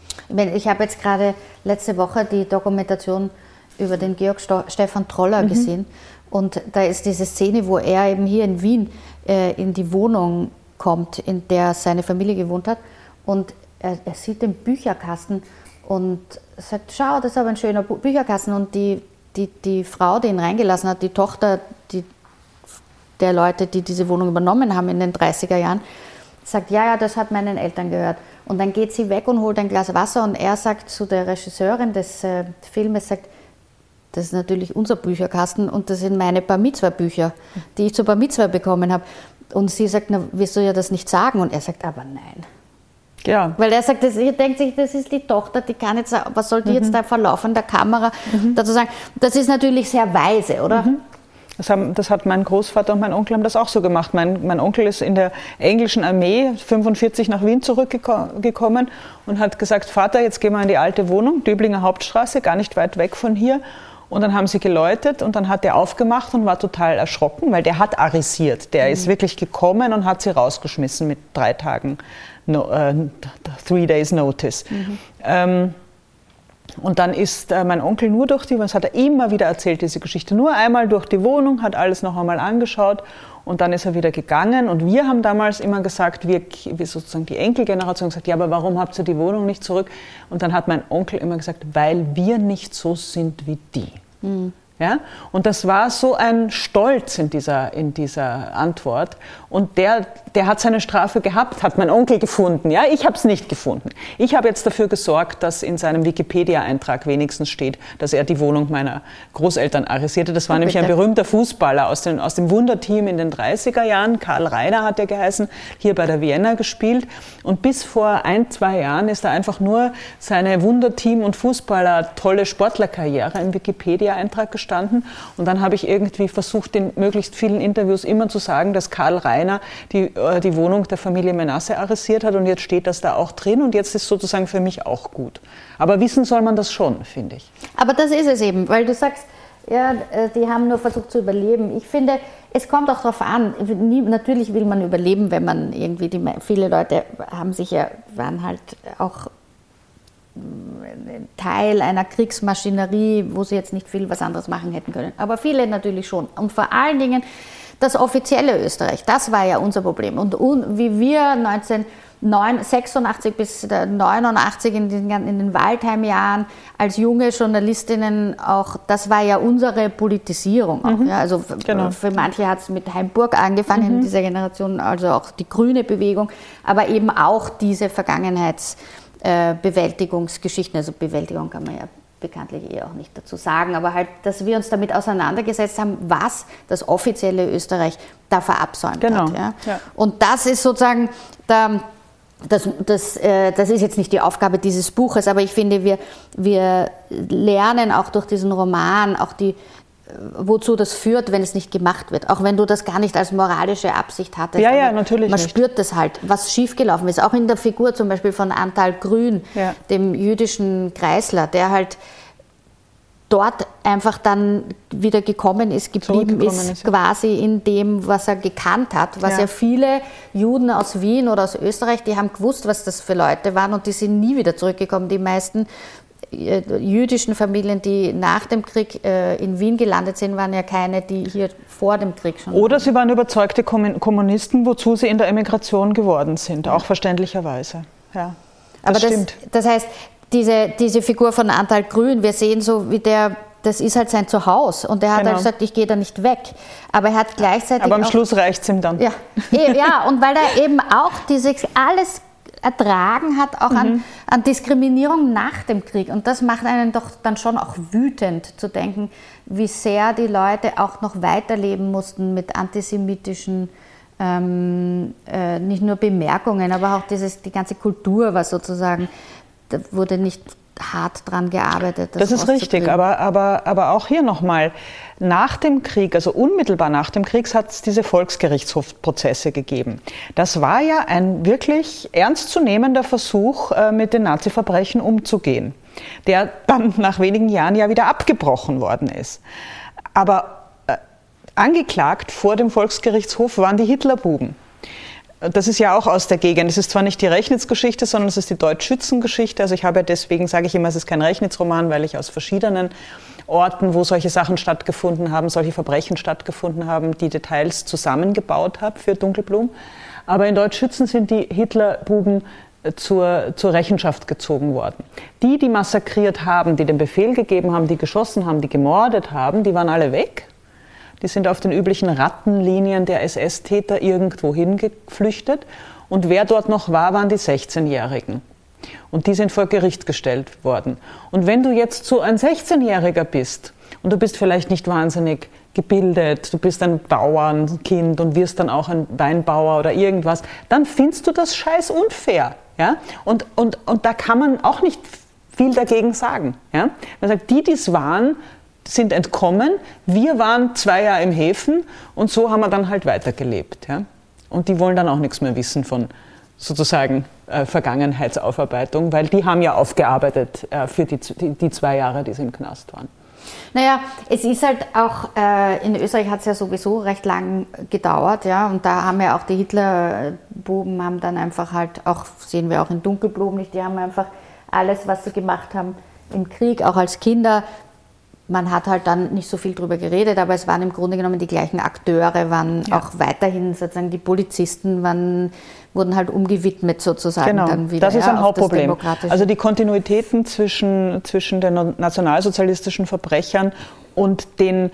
Ich habe jetzt gerade letzte Woche die Dokumentation über den Georg Stefan Troller gesehen, und da ist diese Szene, wo er eben hier in Wien in die Wohnung kommt, in der seine Familie gewohnt hat, und er sieht den Bücherkasten und sagt, schau, das ist aber ein schöner Bücherkasten, und die Frau, die ihn reingelassen hat, die Tochter der Leute, die diese Wohnung übernommen haben in den 30er Jahren, sagt, ja, das hat meinen Eltern gehört. Und dann geht sie weg und holt ein Glas Wasser, und er sagt zu der Regisseurin des Filmes, sagt, das ist natürlich unser Bücherkasten und das sind meine Bar-Mitzwa-Bücher, die ich zur Bar-Mitzwa bekommen habe. Und sie sagt, na, wirst du ja das nicht sagen? Und er sagt, aber nein. Ja. Weil er sagt, er denkt sich, das ist die Tochter, die kann jetzt, was soll die jetzt da vor laufender Kamera dazu sagen? Das ist natürlich sehr weise, oder? Das hat mein Großvater und mein Onkel haben das auch so gemacht. Mein Onkel ist in der englischen Armee 1945 nach Wien zurückgekommen und hat gesagt, Vater, jetzt gehen wir in die alte Wohnung, Döblinger Hauptstraße, gar nicht weit weg von hier. Und dann haben sie geläutet und dann hat der aufgemacht und war total erschrocken, weil der hat arisiert. Der ist wirklich gekommen und hat sie rausgeschmissen mit 3 Tagen, 3 Days Notice. Und dann ist mein Onkel nur das hat er immer wieder erzählt, diese Geschichte, nur einmal durch die Wohnung, hat alles noch einmal angeschaut und dann ist er wieder gegangen. Und wir haben damals immer gesagt, wir sozusagen die Enkelgeneration gesagt, ja, aber warum habt ihr die Wohnung nicht zurück? Und dann hat mein Onkel immer gesagt, weil wir nicht so sind wie die. Ja? Und das war so ein Stolz in dieser Antwort. Und der hat seine Strafe gehabt, hat mein Onkel gefunden. Ja? Ich habe es nicht gefunden. Ich habe jetzt dafür gesorgt, dass in seinem Wikipedia-Eintrag wenigstens steht, dass er die Wohnung meiner Großeltern arisierte. Das war nämlich ein berühmter Fußballer aus dem Wunderteam in den 30er Jahren. Karl Reiner hat er geheißen, hier bei der Vienna gespielt. Und bis vor 1-2 Jahren ist da einfach nur seine Wunderteam- und Fußballer tolle Sportlerkarriere im Wikipedia-Eintrag gestanden. Und dann habe ich irgendwie versucht, in möglichst vielen Interviews immer zu sagen, dass Karl Reiner die Wohnung der Familie Menasse arisiert hat. Und jetzt steht das da auch drin. Und jetzt ist sozusagen für mich auch gut. Aber wissen soll man das schon, finde ich. Aber das ist es eben, weil du sagst, ja, die haben nur versucht zu überleben. Ich finde, es kommt auch darauf an. Natürlich will man überleben, wenn man irgendwie, viele Leute waren halt auch Teil einer Kriegsmaschinerie, wo sie jetzt nicht viel was anderes machen hätten können. Aber viele natürlich schon. Und vor allen Dingen das offizielle Österreich, das war ja unser Problem. Und wie wir 1986 bis 89 in den Waldheim-Jahren als junge Journalistinnen auch, das war ja unsere Politisierung auch. Ja? Also genau. Für manche hat es mit Heimburg angefangen in dieser Generation, also auch die grüne Bewegung, aber eben auch diese Vergangenheitsbewältigungsgeschichten, also Bewältigung kann man ja bekanntlich auch nicht dazu sagen, aber halt, dass wir uns damit auseinandergesetzt haben, was das offizielle Österreich da verabsäumt hat. Ja? Ja. Und das ist sozusagen, das ist jetzt nicht die Aufgabe dieses Buches, aber ich finde, wir lernen auch durch diesen Roman auch wozu das führt, wenn es nicht gemacht wird. Auch wenn du das gar nicht als moralische Absicht hattest. Ja, natürlich man spürt das halt, was schiefgelaufen ist. Auch in der Figur zum Beispiel von Antal Grün, dem jüdischen Kreisler, der halt dort einfach dann wieder geblieben ist, quasi in dem, was er gekannt hat, was ja viele Juden aus Wien oder aus Österreich, die haben gewusst, was das für Leute waren und die sind nie wieder zurückgekommen. Die meisten jüdischen Familien, die nach dem Krieg in Wien gelandet sind, waren ja keine, die hier vor dem Krieg schon Oder sie waren überzeugte Kommunisten, wozu sie in der Emigration geworden sind, auch verständlicherweise. Ja, das stimmt. Das heißt, diese Figur von Antal Grün, wir sehen so, wie das ist halt sein Zuhause und er hat halt gesagt, ich gehe da nicht weg. Aber er hat gleichzeitig aber am Schluss reicht es ihm dann. Ja, und weil er eben auch alles ertragen hat, auch an Diskriminierung nach dem Krieg. Und das macht einen doch dann schon auch wütend, zu denken, wie sehr die Leute auch noch weiterleben mussten mit antisemitischen, nicht nur Bemerkungen, aber auch die ganze Kultur war sozusagen, da wurde nicht hart dran gearbeitet. Das ist richtig, aber auch hier nochmal, nach dem Krieg, also unmittelbar nach dem Krieg, hat es diese Volksgerichtshofprozesse gegeben. Das war ja ein wirklich ernstzunehmender Versuch, mit den Nazi-Verbrechen umzugehen, der dann nach wenigen Jahren ja wieder abgebrochen worden ist. Aber angeklagt vor dem Volksgerichtshof waren die Hitlerbuben. Das ist ja auch aus der Gegend. Es ist zwar nicht die Rechnitz-Geschichte, sondern es ist die Deutsch-Schützen-Geschichte. Also ich habe ja deswegen, sage ich immer, es ist kein Rechnitz-Roman, weil ich aus verschiedenen Orten, wo solche Sachen stattgefunden haben, solche Verbrechen stattgefunden haben, die Details zusammengebaut habe für Dunkelblum. Aber in Deutsch-Schützen sind die Hitlerbuben zur Rechenschaft gezogen worden. Die massakriert haben, die den Befehl gegeben haben, die geschossen haben, die gemordet haben, die waren alle weg. Die sind auf den üblichen Rattenlinien der SS-Täter irgendwo hingeflüchtet. Und wer dort noch war, waren die 16-Jährigen. Und die sind vor Gericht gestellt worden. Und wenn du jetzt so ein 16-Jähriger bist und du bist vielleicht nicht wahnsinnig gebildet, du bist ein Bauernkind und wirst dann auch ein Weinbauer oder irgendwas, dann findest du das scheiß unfair. Ja? Und da kann man auch nicht viel dagegen sagen. Ja? Man sagt, die es waren, sind entkommen, wir waren 2 Jahre im Häfen und so haben wir dann halt weitergelebt. Ja? Und die wollen dann auch nichts mehr wissen von sozusagen Vergangenheitsaufarbeitung, weil die haben ja aufgearbeitet für die 2 Jahre, die sie im Knast waren. Naja, es ist halt auch, in Österreich hat es ja sowieso recht lang gedauert, ja, und da haben ja auch die Hitlerbuben haben dann einfach halt, auch sehen wir auch in Dunkelblum nicht, die haben einfach alles, was sie gemacht haben im Krieg, auch als Kinder. Man hat halt dann nicht so viel drüber geredet, aber es waren im Grunde genommen die gleichen Akteure, waren auch weiterhin sozusagen die Polizisten, wurden halt umgewidmet sozusagen dann wieder. Das ist ein Hauptproblem. Also die Kontinuitäten zwischen den nationalsozialistischen Verbrechern und den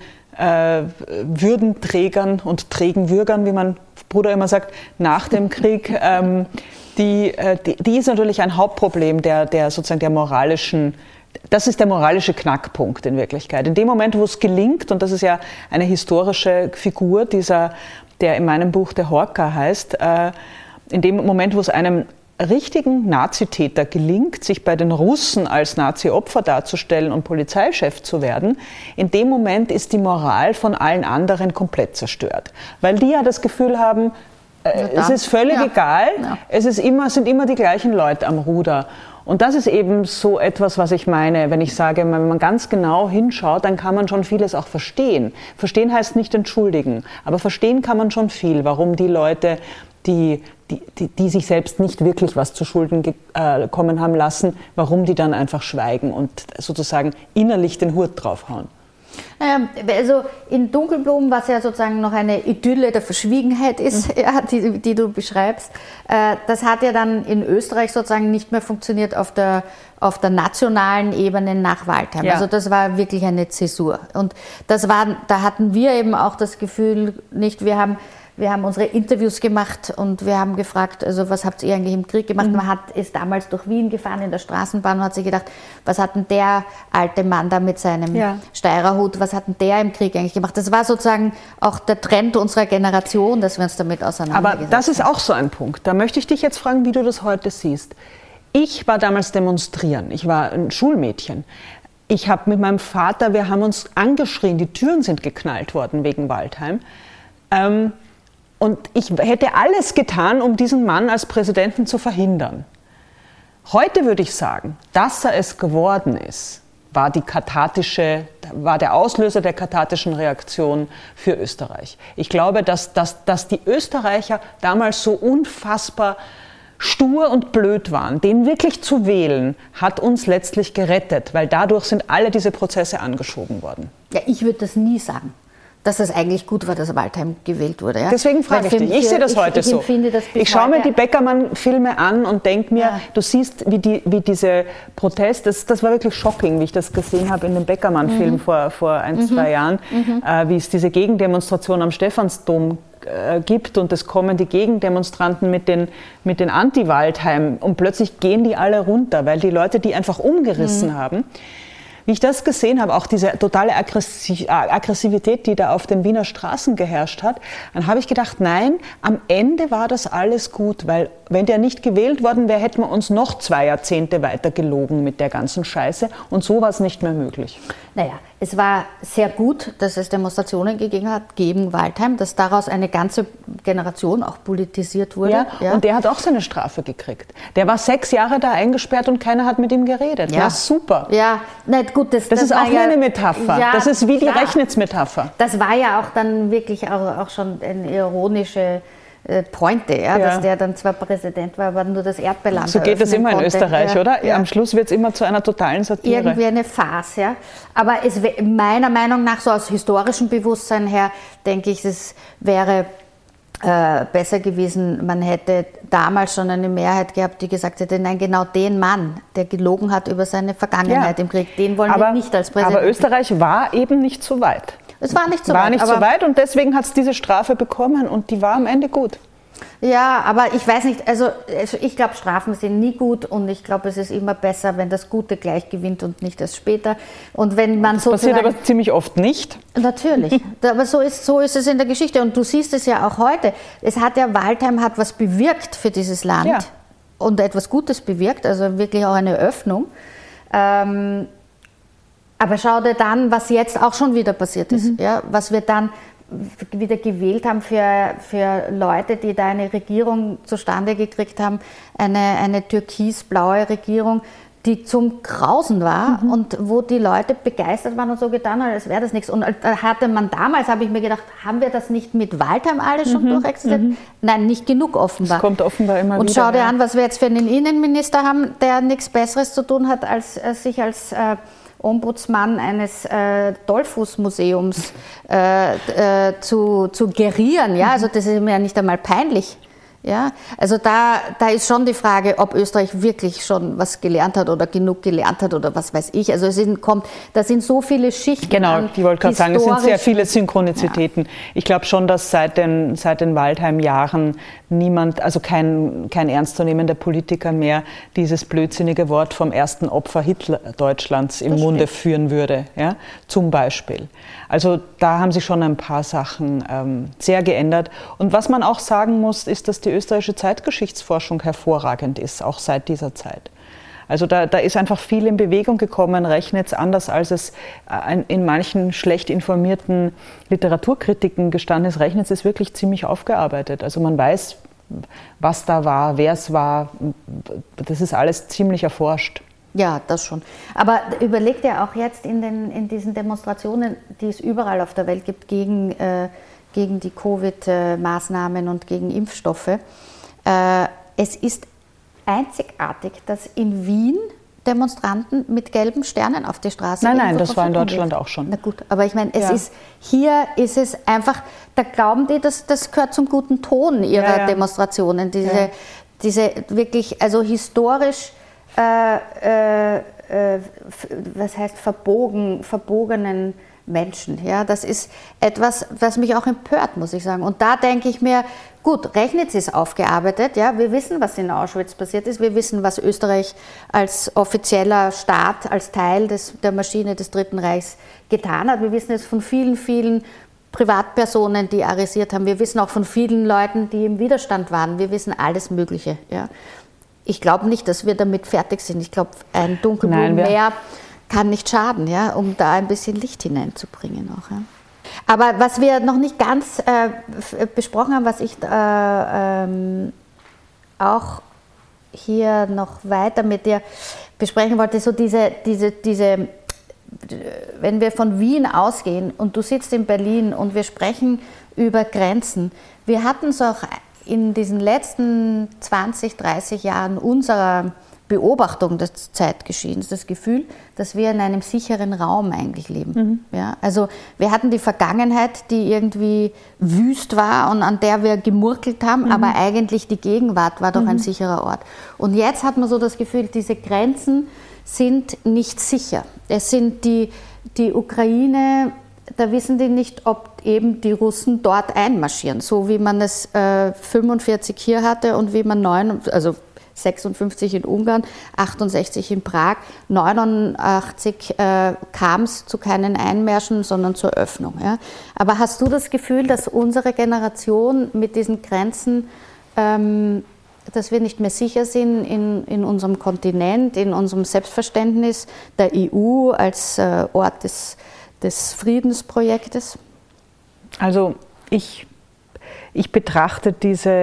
Würdenträgern und trägen Würgern, wie mein Bruder immer sagt, nach dem Krieg, die ist natürlich ein Hauptproblem der sozusagen der moralischen. Das ist der moralische Knackpunkt in Wirklichkeit. In dem Moment, wo es gelingt, und das ist ja eine historische Figur, der in meinem Buch der Horka heißt, in dem Moment, wo es einem richtigen Nazitäter gelingt, sich bei den Russen als Nazi-Opfer darzustellen und Polizeichef zu werden, in dem Moment ist die Moral von allen anderen komplett zerstört. Weil die ja das Gefühl haben, es ist völlig egal, es sind immer die gleichen Leute am Ruder. Und das ist eben so etwas, was ich meine, wenn ich sage, wenn man ganz genau hinschaut, dann kann man schon vieles auch verstehen. Verstehen heißt nicht entschuldigen, aber verstehen kann man schon viel, warum die Leute, die sich selbst nicht wirklich was zu Schulden kommen haben lassen, warum die dann einfach schweigen und sozusagen innerlich den Hut draufhauen. Also in Dunkelblumen, was ja sozusagen noch eine Idylle der Verschwiegenheit ist, die du beschreibst, das hat ja dann in Österreich sozusagen nicht mehr funktioniert auf der nationalen Ebene nach Waldheim. Ja. Also das war wirklich eine Zäsur. Und da hatten wir eben auch das Gefühl, wir haben unsere Interviews gemacht und wir haben gefragt, also was habt ihr eigentlich im Krieg gemacht? Man ist damals durch Wien gefahren in der Straßenbahn und hat sich gedacht, was hat denn der alte Mann da mit seinem Steirerhut, was hat denn der im Krieg eigentlich gemacht? Das war sozusagen auch der Trend unserer Generation, dass wir uns damit auseinandergesetzt haben. Aber das ist auch so ein Punkt. Da möchte ich dich jetzt fragen, wie du das heute siehst. Ich war damals demonstrieren, ich war ein Schulmädchen. Ich habe mit meinem Vater, wir haben uns angeschrien, die Türen sind geknallt worden wegen Waldheim. Und ich hätte alles getan, um diesen Mann als Präsidenten zu verhindern. Heute würde ich sagen, dass er es geworden ist, war der Auslöser der kathartischen Reaktion für Österreich. Ich glaube, dass die Österreicher damals so unfassbar stur und blöd waren. Den wirklich zu wählen, hat uns letztlich gerettet, weil dadurch sind alle diese Prozesse angeschoben worden. Ja, ich würde das nie sagen, dass es eigentlich gut war, dass Waldheim gewählt wurde. Ja? Deswegen frage ich dich. Ich sehe das heute so. Ich schaue mir die Beckermann-Filme an und denke mir, du siehst, wie diese Proteste, das war wirklich shocking, wie ich das gesehen habe in dem Beckermann-Film vor 1-2 Jahren, wie es diese Gegendemonstration am Stephansdom gibt und es kommen die Gegendemonstranten mit den Anti-Waldheim und plötzlich gehen die alle runter, weil die Leute die einfach umgerissen haben. Wie ich das gesehen habe, auch diese totale Aggressivität, die da auf den Wiener Straßen geherrscht hat, dann habe ich gedacht, nein, am Ende war das alles gut, weil wenn der nicht gewählt worden wäre, hätten wir uns noch 2 Jahrzehnte weiter gelogen mit der ganzen Scheiße und so war es nicht mehr möglich. Naja, es war sehr gut, dass es Demonstrationen gegeben hat gegen Waldheim, dass daraus eine ganze Generation auch politisiert wurde. Ja. Und der hat auch seine Strafe gekriegt. Der war 6 Jahre da eingesperrt und keiner hat mit ihm geredet. Ja, super. Ja, nicht gut. Das ist auch eine Metapher. Ja, das ist wie die Rechnitz-Metapher. Das war ja auch dann wirklich auch schon eine ironische Pointe, dass der dann zwar Präsident war, aber nur das Erdbeerland. So geht das immer in Österreich, oder? Ja. Am Schluss wird es immer zu einer totalen Satire. Irgendwie eine Farce, ja. Aber meiner Meinung nach, so aus historischem Bewusstsein her, denke ich, es wäre besser gewesen, man hätte damals schon eine Mehrheit gehabt, die gesagt hätte, nein, genau den Mann, der gelogen hat über seine Vergangenheit im Krieg, den wollen wir nicht als Präsident. Aber Österreich war eben nicht so weit. Es war nicht so weit. Und deswegen hat es diese Strafe bekommen und die war am Ende gut. Ja, aber ich weiß nicht, also ich glaube, Strafen sind nie gut und ich glaube, es ist immer besser, wenn das Gute gleich gewinnt und nicht erst später. Und wenn man das passiert aber ziemlich oft nicht. Natürlich, aber so ist es in der Geschichte und du siehst es ja auch heute. Waldheim hat was bewirkt für dieses Land und etwas Gutes bewirkt, also wirklich auch eine Öffnung. Aber schau dir dann, was jetzt auch schon wieder passiert ist, was wir dann wieder gewählt haben für Leute, die da eine Regierung zustande gekriegt haben, eine türkisblaue Regierung, die zum Grausen war und wo die Leute begeistert waren und so getan haben, als wäre das nichts. Und hatte man damals, habe ich mir gedacht, haben wir das nicht mit Waldheim alles schon durchexerziert? Nein, nicht genug offenbar. Das kommt offenbar immer wieder. Und schau dir an, was wir jetzt für einen Innenminister haben, der nichts Besseres zu tun hat, als sich als Ombudsmann eines Dollfuß-Museums zu gerieren. Ja? Also das ist mir ja nicht einmal peinlich. Ja, also da ist schon die Frage, ob Österreich wirklich schon was gelernt hat oder genug gelernt hat oder was weiß ich. Also da sind so viele Schichten. Genau, ich wollte gerade sagen, es sind sehr viele Synchronizitäten. Ja. Ich glaube schon, dass seit den Waldheim-Jahren niemand, also kein ernstzunehmender Politiker mehr dieses blödsinnige Wort vom ersten Opfer Hitler-Deutschlands im Munde führen würde, ja, zum Beispiel. Also da haben sich schon ein paar Sachen sehr geändert. Und was man auch sagen muss, ist, dass die österreichische Zeitgeschichtsforschung hervorragend ist, auch seit dieser Zeit. Also da ist einfach viel in Bewegung gekommen. Rechnitz, anders als es in manchen schlecht informierten Literaturkritiken gestanden ist, Rechnitz ist wirklich ziemlich aufgearbeitet. Also man weiß, was da war, wer es war. Das ist alles ziemlich erforscht. Ja, das schon. Aber überleg dir auch jetzt in diesen Demonstrationen, die es überall auf der Welt gibt, gegen die Covid-Maßnahmen und gegen Impfstoffe. Es ist einzigartig, dass in Wien Demonstranten mit gelben Sternen auf die Straße gehen. Nein, das war in Deutschland auch schon. Na gut, aber ich meine, hier ist es einfach, da glauben die, das gehört zum guten Ton ihrer Demonstrationen. Diese wirklich, also historisch, was heißt verbogenen Menschen. Ja, das ist etwas, was mich auch empört, muss ich sagen. Und da denke ich mir, gut, Rechnitz ist aufgearbeitet. Ja, wir wissen, was in Auschwitz passiert ist. Wir wissen, was Österreich als offizieller Staat, als Teil der Maschine des Dritten Reichs getan hat. Wir wissen es von vielen, vielen Privatpersonen, die arisiert haben. Wir wissen auch von vielen Leuten, die im Widerstand waren. Wir wissen alles Mögliche. Ja. Ich glaube nicht, dass wir damit fertig sind. Ich glaube, ein Dunkelblumenmeer kann nicht schaden, ja, um da ein bisschen Licht hineinzubringen auch. Ja. Aber was wir noch nicht ganz besprochen haben, was ich auch hier noch weiter mit dir besprechen wollte, so diese, wenn wir von Wien ausgehen und du sitzt in Berlin und wir sprechen über Grenzen, wir hatten es auch in diesen letzten 20, 30 Jahren unserer Beobachtung des Zeitgeschehens das Gefühl, dass wir in einem sicheren Raum eigentlich leben. Ja, also wir hatten die Vergangenheit, die irgendwie wüst war und an der wir gemurkelt haben, aber eigentlich die Gegenwart war doch ein sicherer Ort. Und jetzt hat man so das Gefühl, diese Grenzen sind nicht sicher. Es sind die Ukraine, da wissen die nicht, ob eben die Russen dort einmarschieren, so wie man es 45 hier hatte und wie man 56 in Ungarn, 68 in Prag, 89 kam es zu keinen Einmärschen, sondern zur Öffnung. Ja. Aber hast du das Gefühl, dass unsere Generation mit diesen Grenzen, dass wir nicht mehr sicher sind in unserem Kontinent, in unserem Selbstverständnis der EU als Ort des Friedensprojektes? Also ich betrachte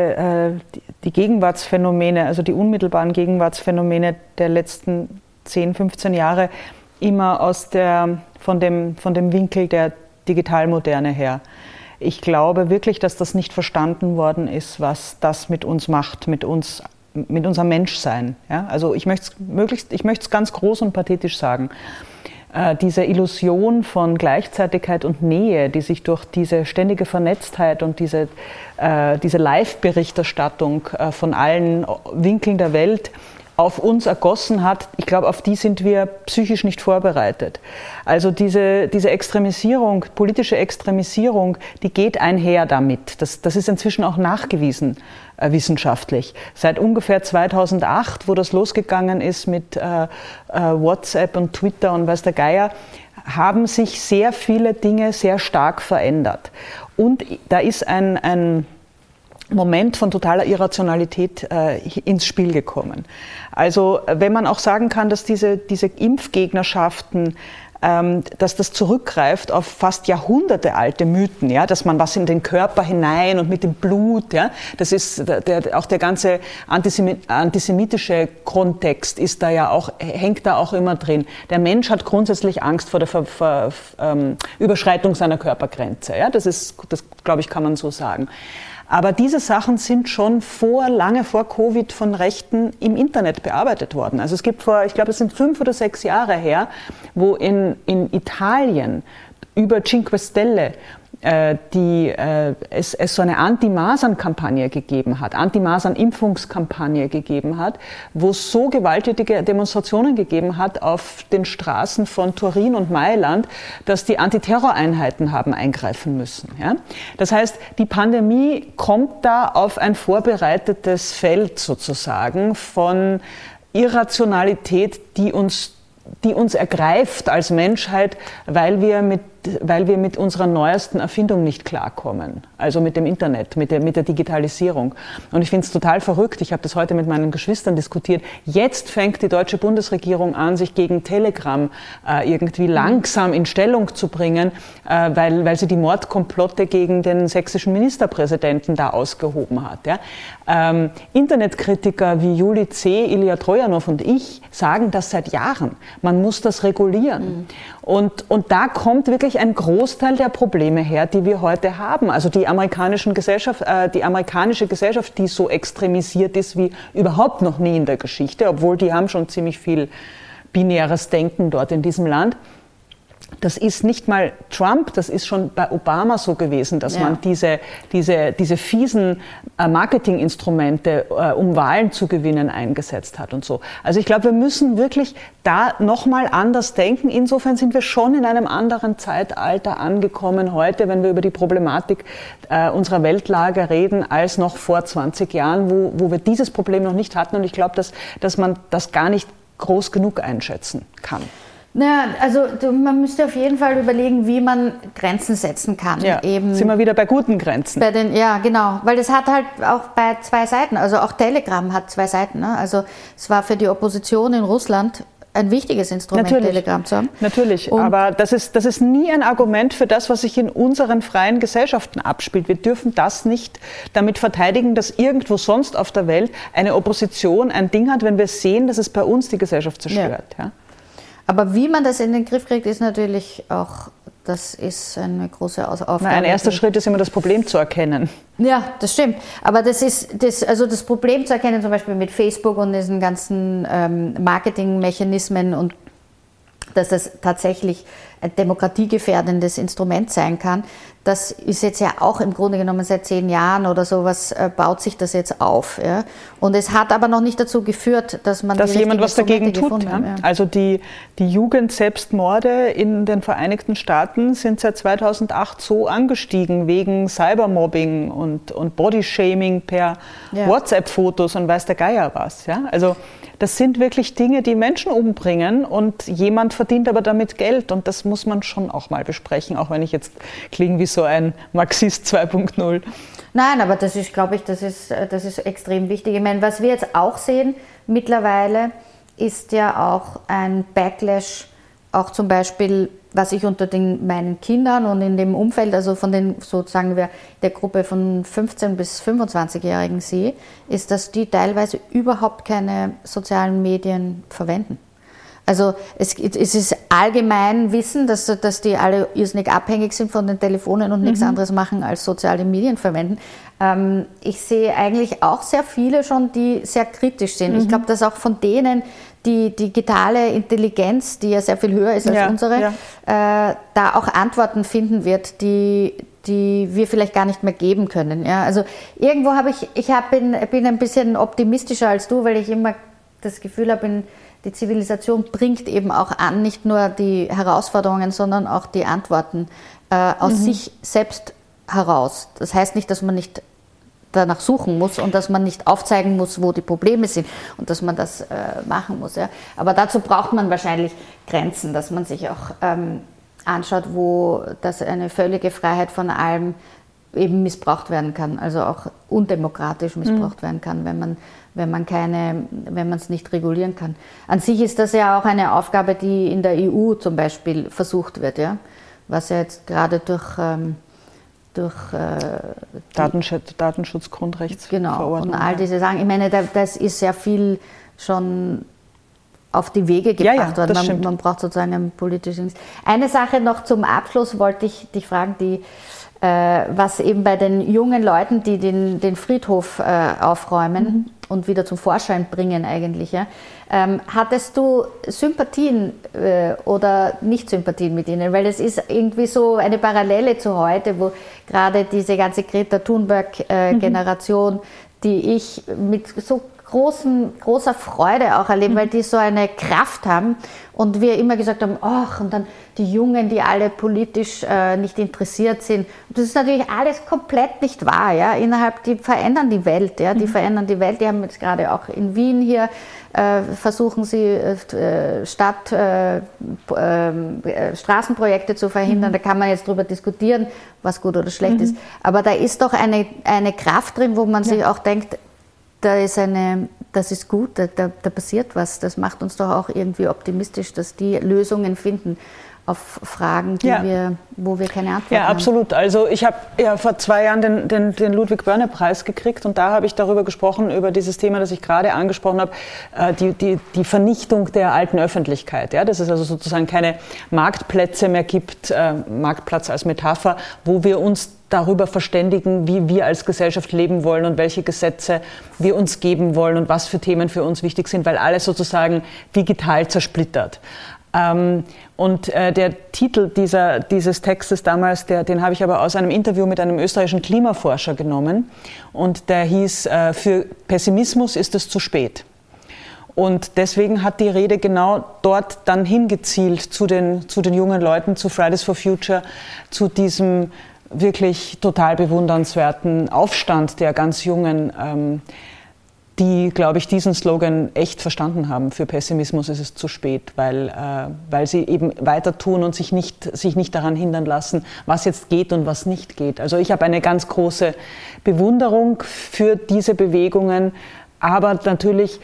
die Gegenwartsphänomene, also die unmittelbaren Gegenwartsphänomene der letzten 10, 15 Jahre immer von dem Winkel der Digitalmoderne her. Ich glaube wirklich, dass das nicht verstanden worden ist, was das mit uns macht, mit unserem Menschsein. Ja? Also ich möchte es ganz groß und pathetisch sagen. Diese Illusion von Gleichzeitigkeit und Nähe, die sich durch diese ständige Vernetztheit und diese Live-Berichterstattung von allen Winkeln der Welt auf uns ergossen hat, ich glaube, auf die sind wir psychisch nicht vorbereitet. Also diese Extremisierung, politische Extremisierung, die geht einher damit. Das ist inzwischen auch nachgewiesen wissenschaftlich. Seit ungefähr 2008, wo das losgegangen ist mit WhatsApp und Twitter und weiß der Geier, haben sich sehr viele Dinge sehr stark verändert. Und da ist ein Moment von totaler Irrationalität ins Spiel gekommen. Also wenn man auch sagen kann, dass diese Impfgegnerschaften, dass das zurückgreift auf fast jahrhundertealte Mythen, ja, dass man was in den Körper hinein und mit dem Blut, ja, das ist auch der ganze antisemitische Kontext ist da ja auch, hängt da auch immer drin. Der Mensch hat grundsätzlich Angst vor der Überschreitung seiner Körpergrenze, ja, das glaube ich, kann man so sagen. Aber diese Sachen sind schon lange vor Covid von Rechten im Internet bearbeitet worden. Also es gibt ich glaube, es sind 5 oder 6 Jahre her, wo in Italien über Cinque Stelle es so eine Anti-Masern-Kampagne gegeben hat, Anti-Masern-Impfungskampagne gegeben hat, wo es so gewalttätige Demonstrationen gegeben hat auf den Straßen von Turin und Mailand, dass die Antiterroreinheiten haben eingreifen müssen. Ja? Das heißt, die Pandemie kommt da auf ein vorbereitetes Feld sozusagen von Irrationalität, die uns ergreift als Menschheit, weil wir mit unserer neuesten Erfindung nicht klarkommen, also mit dem Internet, mit der Digitalisierung. Und ich finde es total verrückt, ich habe das heute mit meinen Geschwistern diskutiert, jetzt fängt die deutsche Bundesregierung an, sich gegen Telegram irgendwie langsam in Stellung zu bringen, weil sie die Mordkomplotte gegen den sächsischen Ministerpräsidenten da ausgehoben hat. Ja? Internetkritiker wie Juli C., Ilya Trojanow und ich sagen das seit Jahren. Man muss das regulieren. Und da kommt wirklich ein Großteil der Probleme her, die wir heute haben. Also die amerikanische Gesellschaft, die so extremisiert ist wie überhaupt noch nie in der Geschichte, obwohl die haben schon ziemlich viel binäres Denken dort in diesem Land. Das ist nicht mal Trump, das ist schon bei Obama so gewesen, dass man diese fiesen Marketinginstrumente, um Wahlen zu gewinnen, eingesetzt hat und so. Also ich glaube, wir müssen wirklich da nochmal anders denken. Insofern sind wir schon in einem anderen Zeitalter angekommen heute, wenn wir über die Problematik unserer Weltlage reden, als noch vor 20 Jahren, wo wir dieses Problem noch nicht hatten. Und ich glaube, dass man das gar nicht groß genug einschätzen kann. Naja, also man müsste auf jeden Fall überlegen, wie man Grenzen setzen kann. Ja, eben sind wir wieder bei guten Grenzen. Ja, genau, weil das hat halt auch bei zwei Seiten, also auch Telegram hat zwei Seiten. Ne? Also es war für die Opposition in Russland ein wichtiges Instrument, Telegram zu haben. Natürlich, aber das ist nie ein Argument für das, was sich in unseren freien Gesellschaften abspielt. Wir dürfen das nicht damit verteidigen, dass irgendwo sonst auf der Welt eine Opposition ein Ding hat, wenn wir sehen, dass es bei uns die Gesellschaft zerstört. Ja. Aber wie man das in den Griff kriegt, ist natürlich auch, das ist eine große Aufgabe. Ein erster Schritt ist immer, das Problem zu erkennen. Ja, das stimmt. Aber das Problem zu erkennen, zum Beispiel mit Facebook und diesen ganzen Marketingmechanismen und dass das tatsächlich ein demokratiegefährdendes Instrument sein kann, das ist jetzt ja auch im Grunde genommen seit 10 Jahren oder sowas baut sich das jetzt auf. Ja? Und es hat aber noch nicht dazu geführt, dass jemand was dagegen tut. Ja? Ja. Also die Jugendselbstmorde in den Vereinigten Staaten sind seit 2008 so angestiegen wegen Cybermobbing und Bodyshaming per WhatsApp-Fotos und weiß der Geier was. Ja? Also das sind wirklich Dinge, die Menschen umbringen und jemand verdient aber damit Geld und das muss man schon auch mal besprechen, auch wenn ich jetzt klinge wie so ein Marxist 2.0. Nein, aber das ist, glaube ich, das ist extrem wichtig. Ich meine, was wir jetzt auch sehen mittlerweile, ist ja auch ein Backlash, auch zum Beispiel, was ich unter meinen Kindern und in dem Umfeld, also von den sozusagen der Gruppe von 15- bis 25-Jährigen sehe, ist, dass die teilweise überhaupt keine sozialen Medien verwenden. Also es ist allgemein Wissen, dass die alle irrsinnig abhängig sind von den Telefonen und nichts anderes machen als soziale Medien verwenden. Ich sehe eigentlich auch sehr viele schon, die sehr kritisch sind. Ich glaube, dass auch von denen die digitale Intelligenz, die ja sehr viel höher ist als unsere, da auch Antworten finden wird, die wir vielleicht gar nicht mehr geben können. Ja? Also irgendwo bin ein bisschen optimistischer als du, weil ich immer das Gefühl habe, die Zivilisation bringt eben auch an, nicht nur die Herausforderungen, sondern auch die Antworten aus sich selbst heraus. Das heißt nicht, dass man nicht danach suchen muss und dass man nicht aufzeigen muss, wo die Probleme sind und dass man das machen muss. Ja. Aber dazu braucht man wahrscheinlich Grenzen, dass man sich auch anschaut, wo das eine völlige Freiheit von allem eben missbraucht werden kann, also auch undemokratisch missbraucht werden kann, wenn man es nicht regulieren kann. An sich ist das ja auch eine Aufgabe, die in der EU zum Beispiel versucht wird, ja, was ja jetzt gerade durch Datenschutzgrundrechtsverordnung. Genau, und all diese Sachen. Ich meine, das ist sehr viel schon auf die Wege gebracht worden. Man braucht sozusagen ein politisches... Eine Sache noch zum Abschluss wollte ich dich fragen, die was eben bei den jungen Leuten, die den Friedhof aufräumen und wieder zum Vorschein bringen eigentlich, ja, hattest du Sympathien oder nicht Sympathien mit ihnen? Weil es ist irgendwie so eine Parallele zu heute, wo gerade diese ganze Greta Thunberg-Generation, die ich mit so großer Freude auch erleben, weil die so eine Kraft haben und wir immer gesagt haben, ach, und dann die Jungen, die alle politisch nicht interessiert sind. Und das ist natürlich alles komplett nicht wahr, ja. Die verändern die Welt, ja. Die verändern die Welt. Die haben jetzt gerade auch in Wien hier versuchen sie Straßenprojekte zu verhindern. Da kann man jetzt drüber diskutieren, was gut oder schlecht ist. Aber da ist doch eine Kraft drin, wo man sich auch denkt, das ist gut, da passiert was. Das macht uns doch auch irgendwie optimistisch, dass die Lösungen finden auf Fragen, wo wir keine Antwort haben. Ja, absolut. Also ich habe vor 2 Jahren den Ludwig-Börne-Preis gekriegt und da habe ich darüber gesprochen, über dieses Thema, das ich gerade angesprochen habe, die Vernichtung der alten Öffentlichkeit. Ja, dass es also sozusagen keine Marktplätze mehr gibt, Marktplatz als Metapher, wo wir uns darüber verständigen, wie wir als Gesellschaft leben wollen und welche Gesetze wir uns geben wollen und was für Themen für uns wichtig sind, weil alles sozusagen digital zersplittert. Und der Titel dieses Textes damals, den habe ich aber aus einem Interview mit einem österreichischen Klimaforscher genommen und der hieß, für Pessimismus ist es zu spät. Und deswegen hat die Rede genau dort dann hingezielt zu den jungen Leuten, zu Fridays for Future, zu diesem wirklich total bewundernswerten Aufstand der ganz Jungen, die, glaube ich, diesen Slogan echt verstanden haben. Für Pessimismus ist es zu spät, weil sie eben weiter tun und sich nicht daran hindern lassen, was jetzt geht und was nicht geht. Also ich habe eine ganz große Bewunderung für diese Bewegungen, aber natürlich,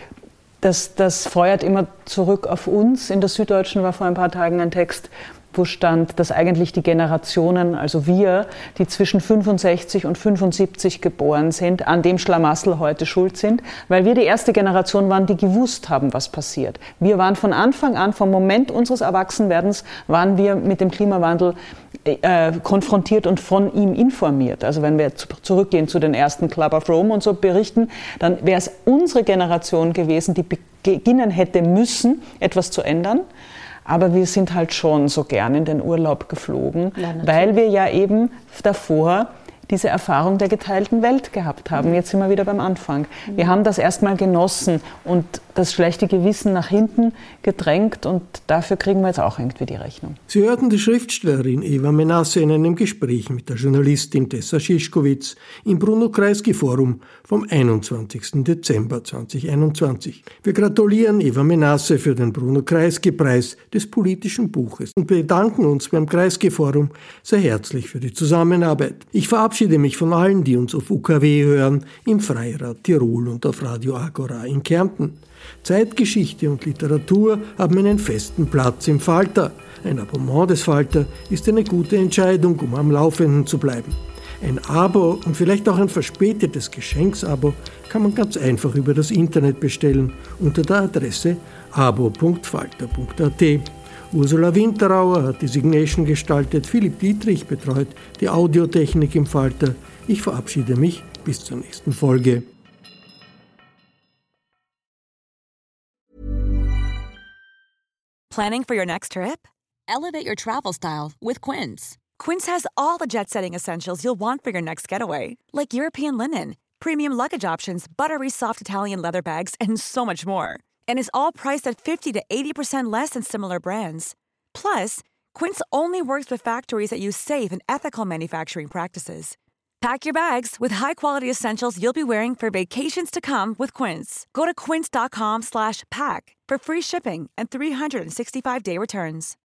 das feuert immer zurück auf uns. In der Süddeutschen war vor ein paar Tagen ein Text, wo stand, dass eigentlich die Generationen, also wir, die zwischen 65 und 75 geboren sind, an dem Schlamassel heute schuld sind, weil wir die erste Generation waren, die gewusst haben, was passiert. Wir waren von Anfang an, vom Moment unseres Erwachsenwerdens, waren wir mit dem Klimawandel konfrontiert und von ihm informiert. Also wenn wir zurückgehen zu den ersten Club of Rome und so berichten, dann wäre es unsere Generation gewesen, die beginnen hätte müssen, etwas zu ändern. Aber wir sind halt schon so gern in den Urlaub geflogen, weil wir ja eben davor diese Erfahrung der geteilten Welt gehabt haben. Jetzt sind wir wieder beim Anfang. Wir haben das erstmal genossen und das schlechte Gewissen nach hinten gedrängt und dafür kriegen wir jetzt auch irgendwie die Rechnung. Sie hörten die Schriftstellerin Eva Menasse in einem Gespräch mit der Journalistin Tessa Szyszkowitz im Bruno-Kreisky-Forum vom 21. Dezember 2021. Wir gratulieren Eva Menasse für den Bruno-Kreisky-Preis des politischen Buches und bedanken uns beim Kreisky-Forum sehr herzlich für die Zusammenarbeit. Ich verabschiede mich von allen, die uns auf UKW hören, im Freirad Tirol und auf Radio Agora in Kärnten. Zeitgeschichte und Literatur haben einen festen Platz im Falter. Ein Abonnement des Falter ist eine gute Entscheidung, um am Laufenden zu bleiben. Ein Abo und vielleicht auch ein verspätetes Geschenksabo kann man ganz einfach über das Internet bestellen unter der Adresse abo.falter.at. Ursula Winterauer hat die Signation gestaltet, Philipp Dietrich betreut die Audiotechnik im Falter. Ich verabschiede mich bis zur nächsten Folge. Planning for your next trip? Elevate your travel style with Quince. Quince has all the jet-setting essentials you'll want for your next getaway, like European linen, premium luggage options, buttery soft Italian leather bags, and so much more. And is all priced at 50 to 80% less than similar brands. Plus, Quince only works with factories that use safe and ethical manufacturing practices. Pack your bags with high-quality essentials you'll be wearing for vacations to come with Quince. Go to quince.com/pack for free shipping and 365-day returns.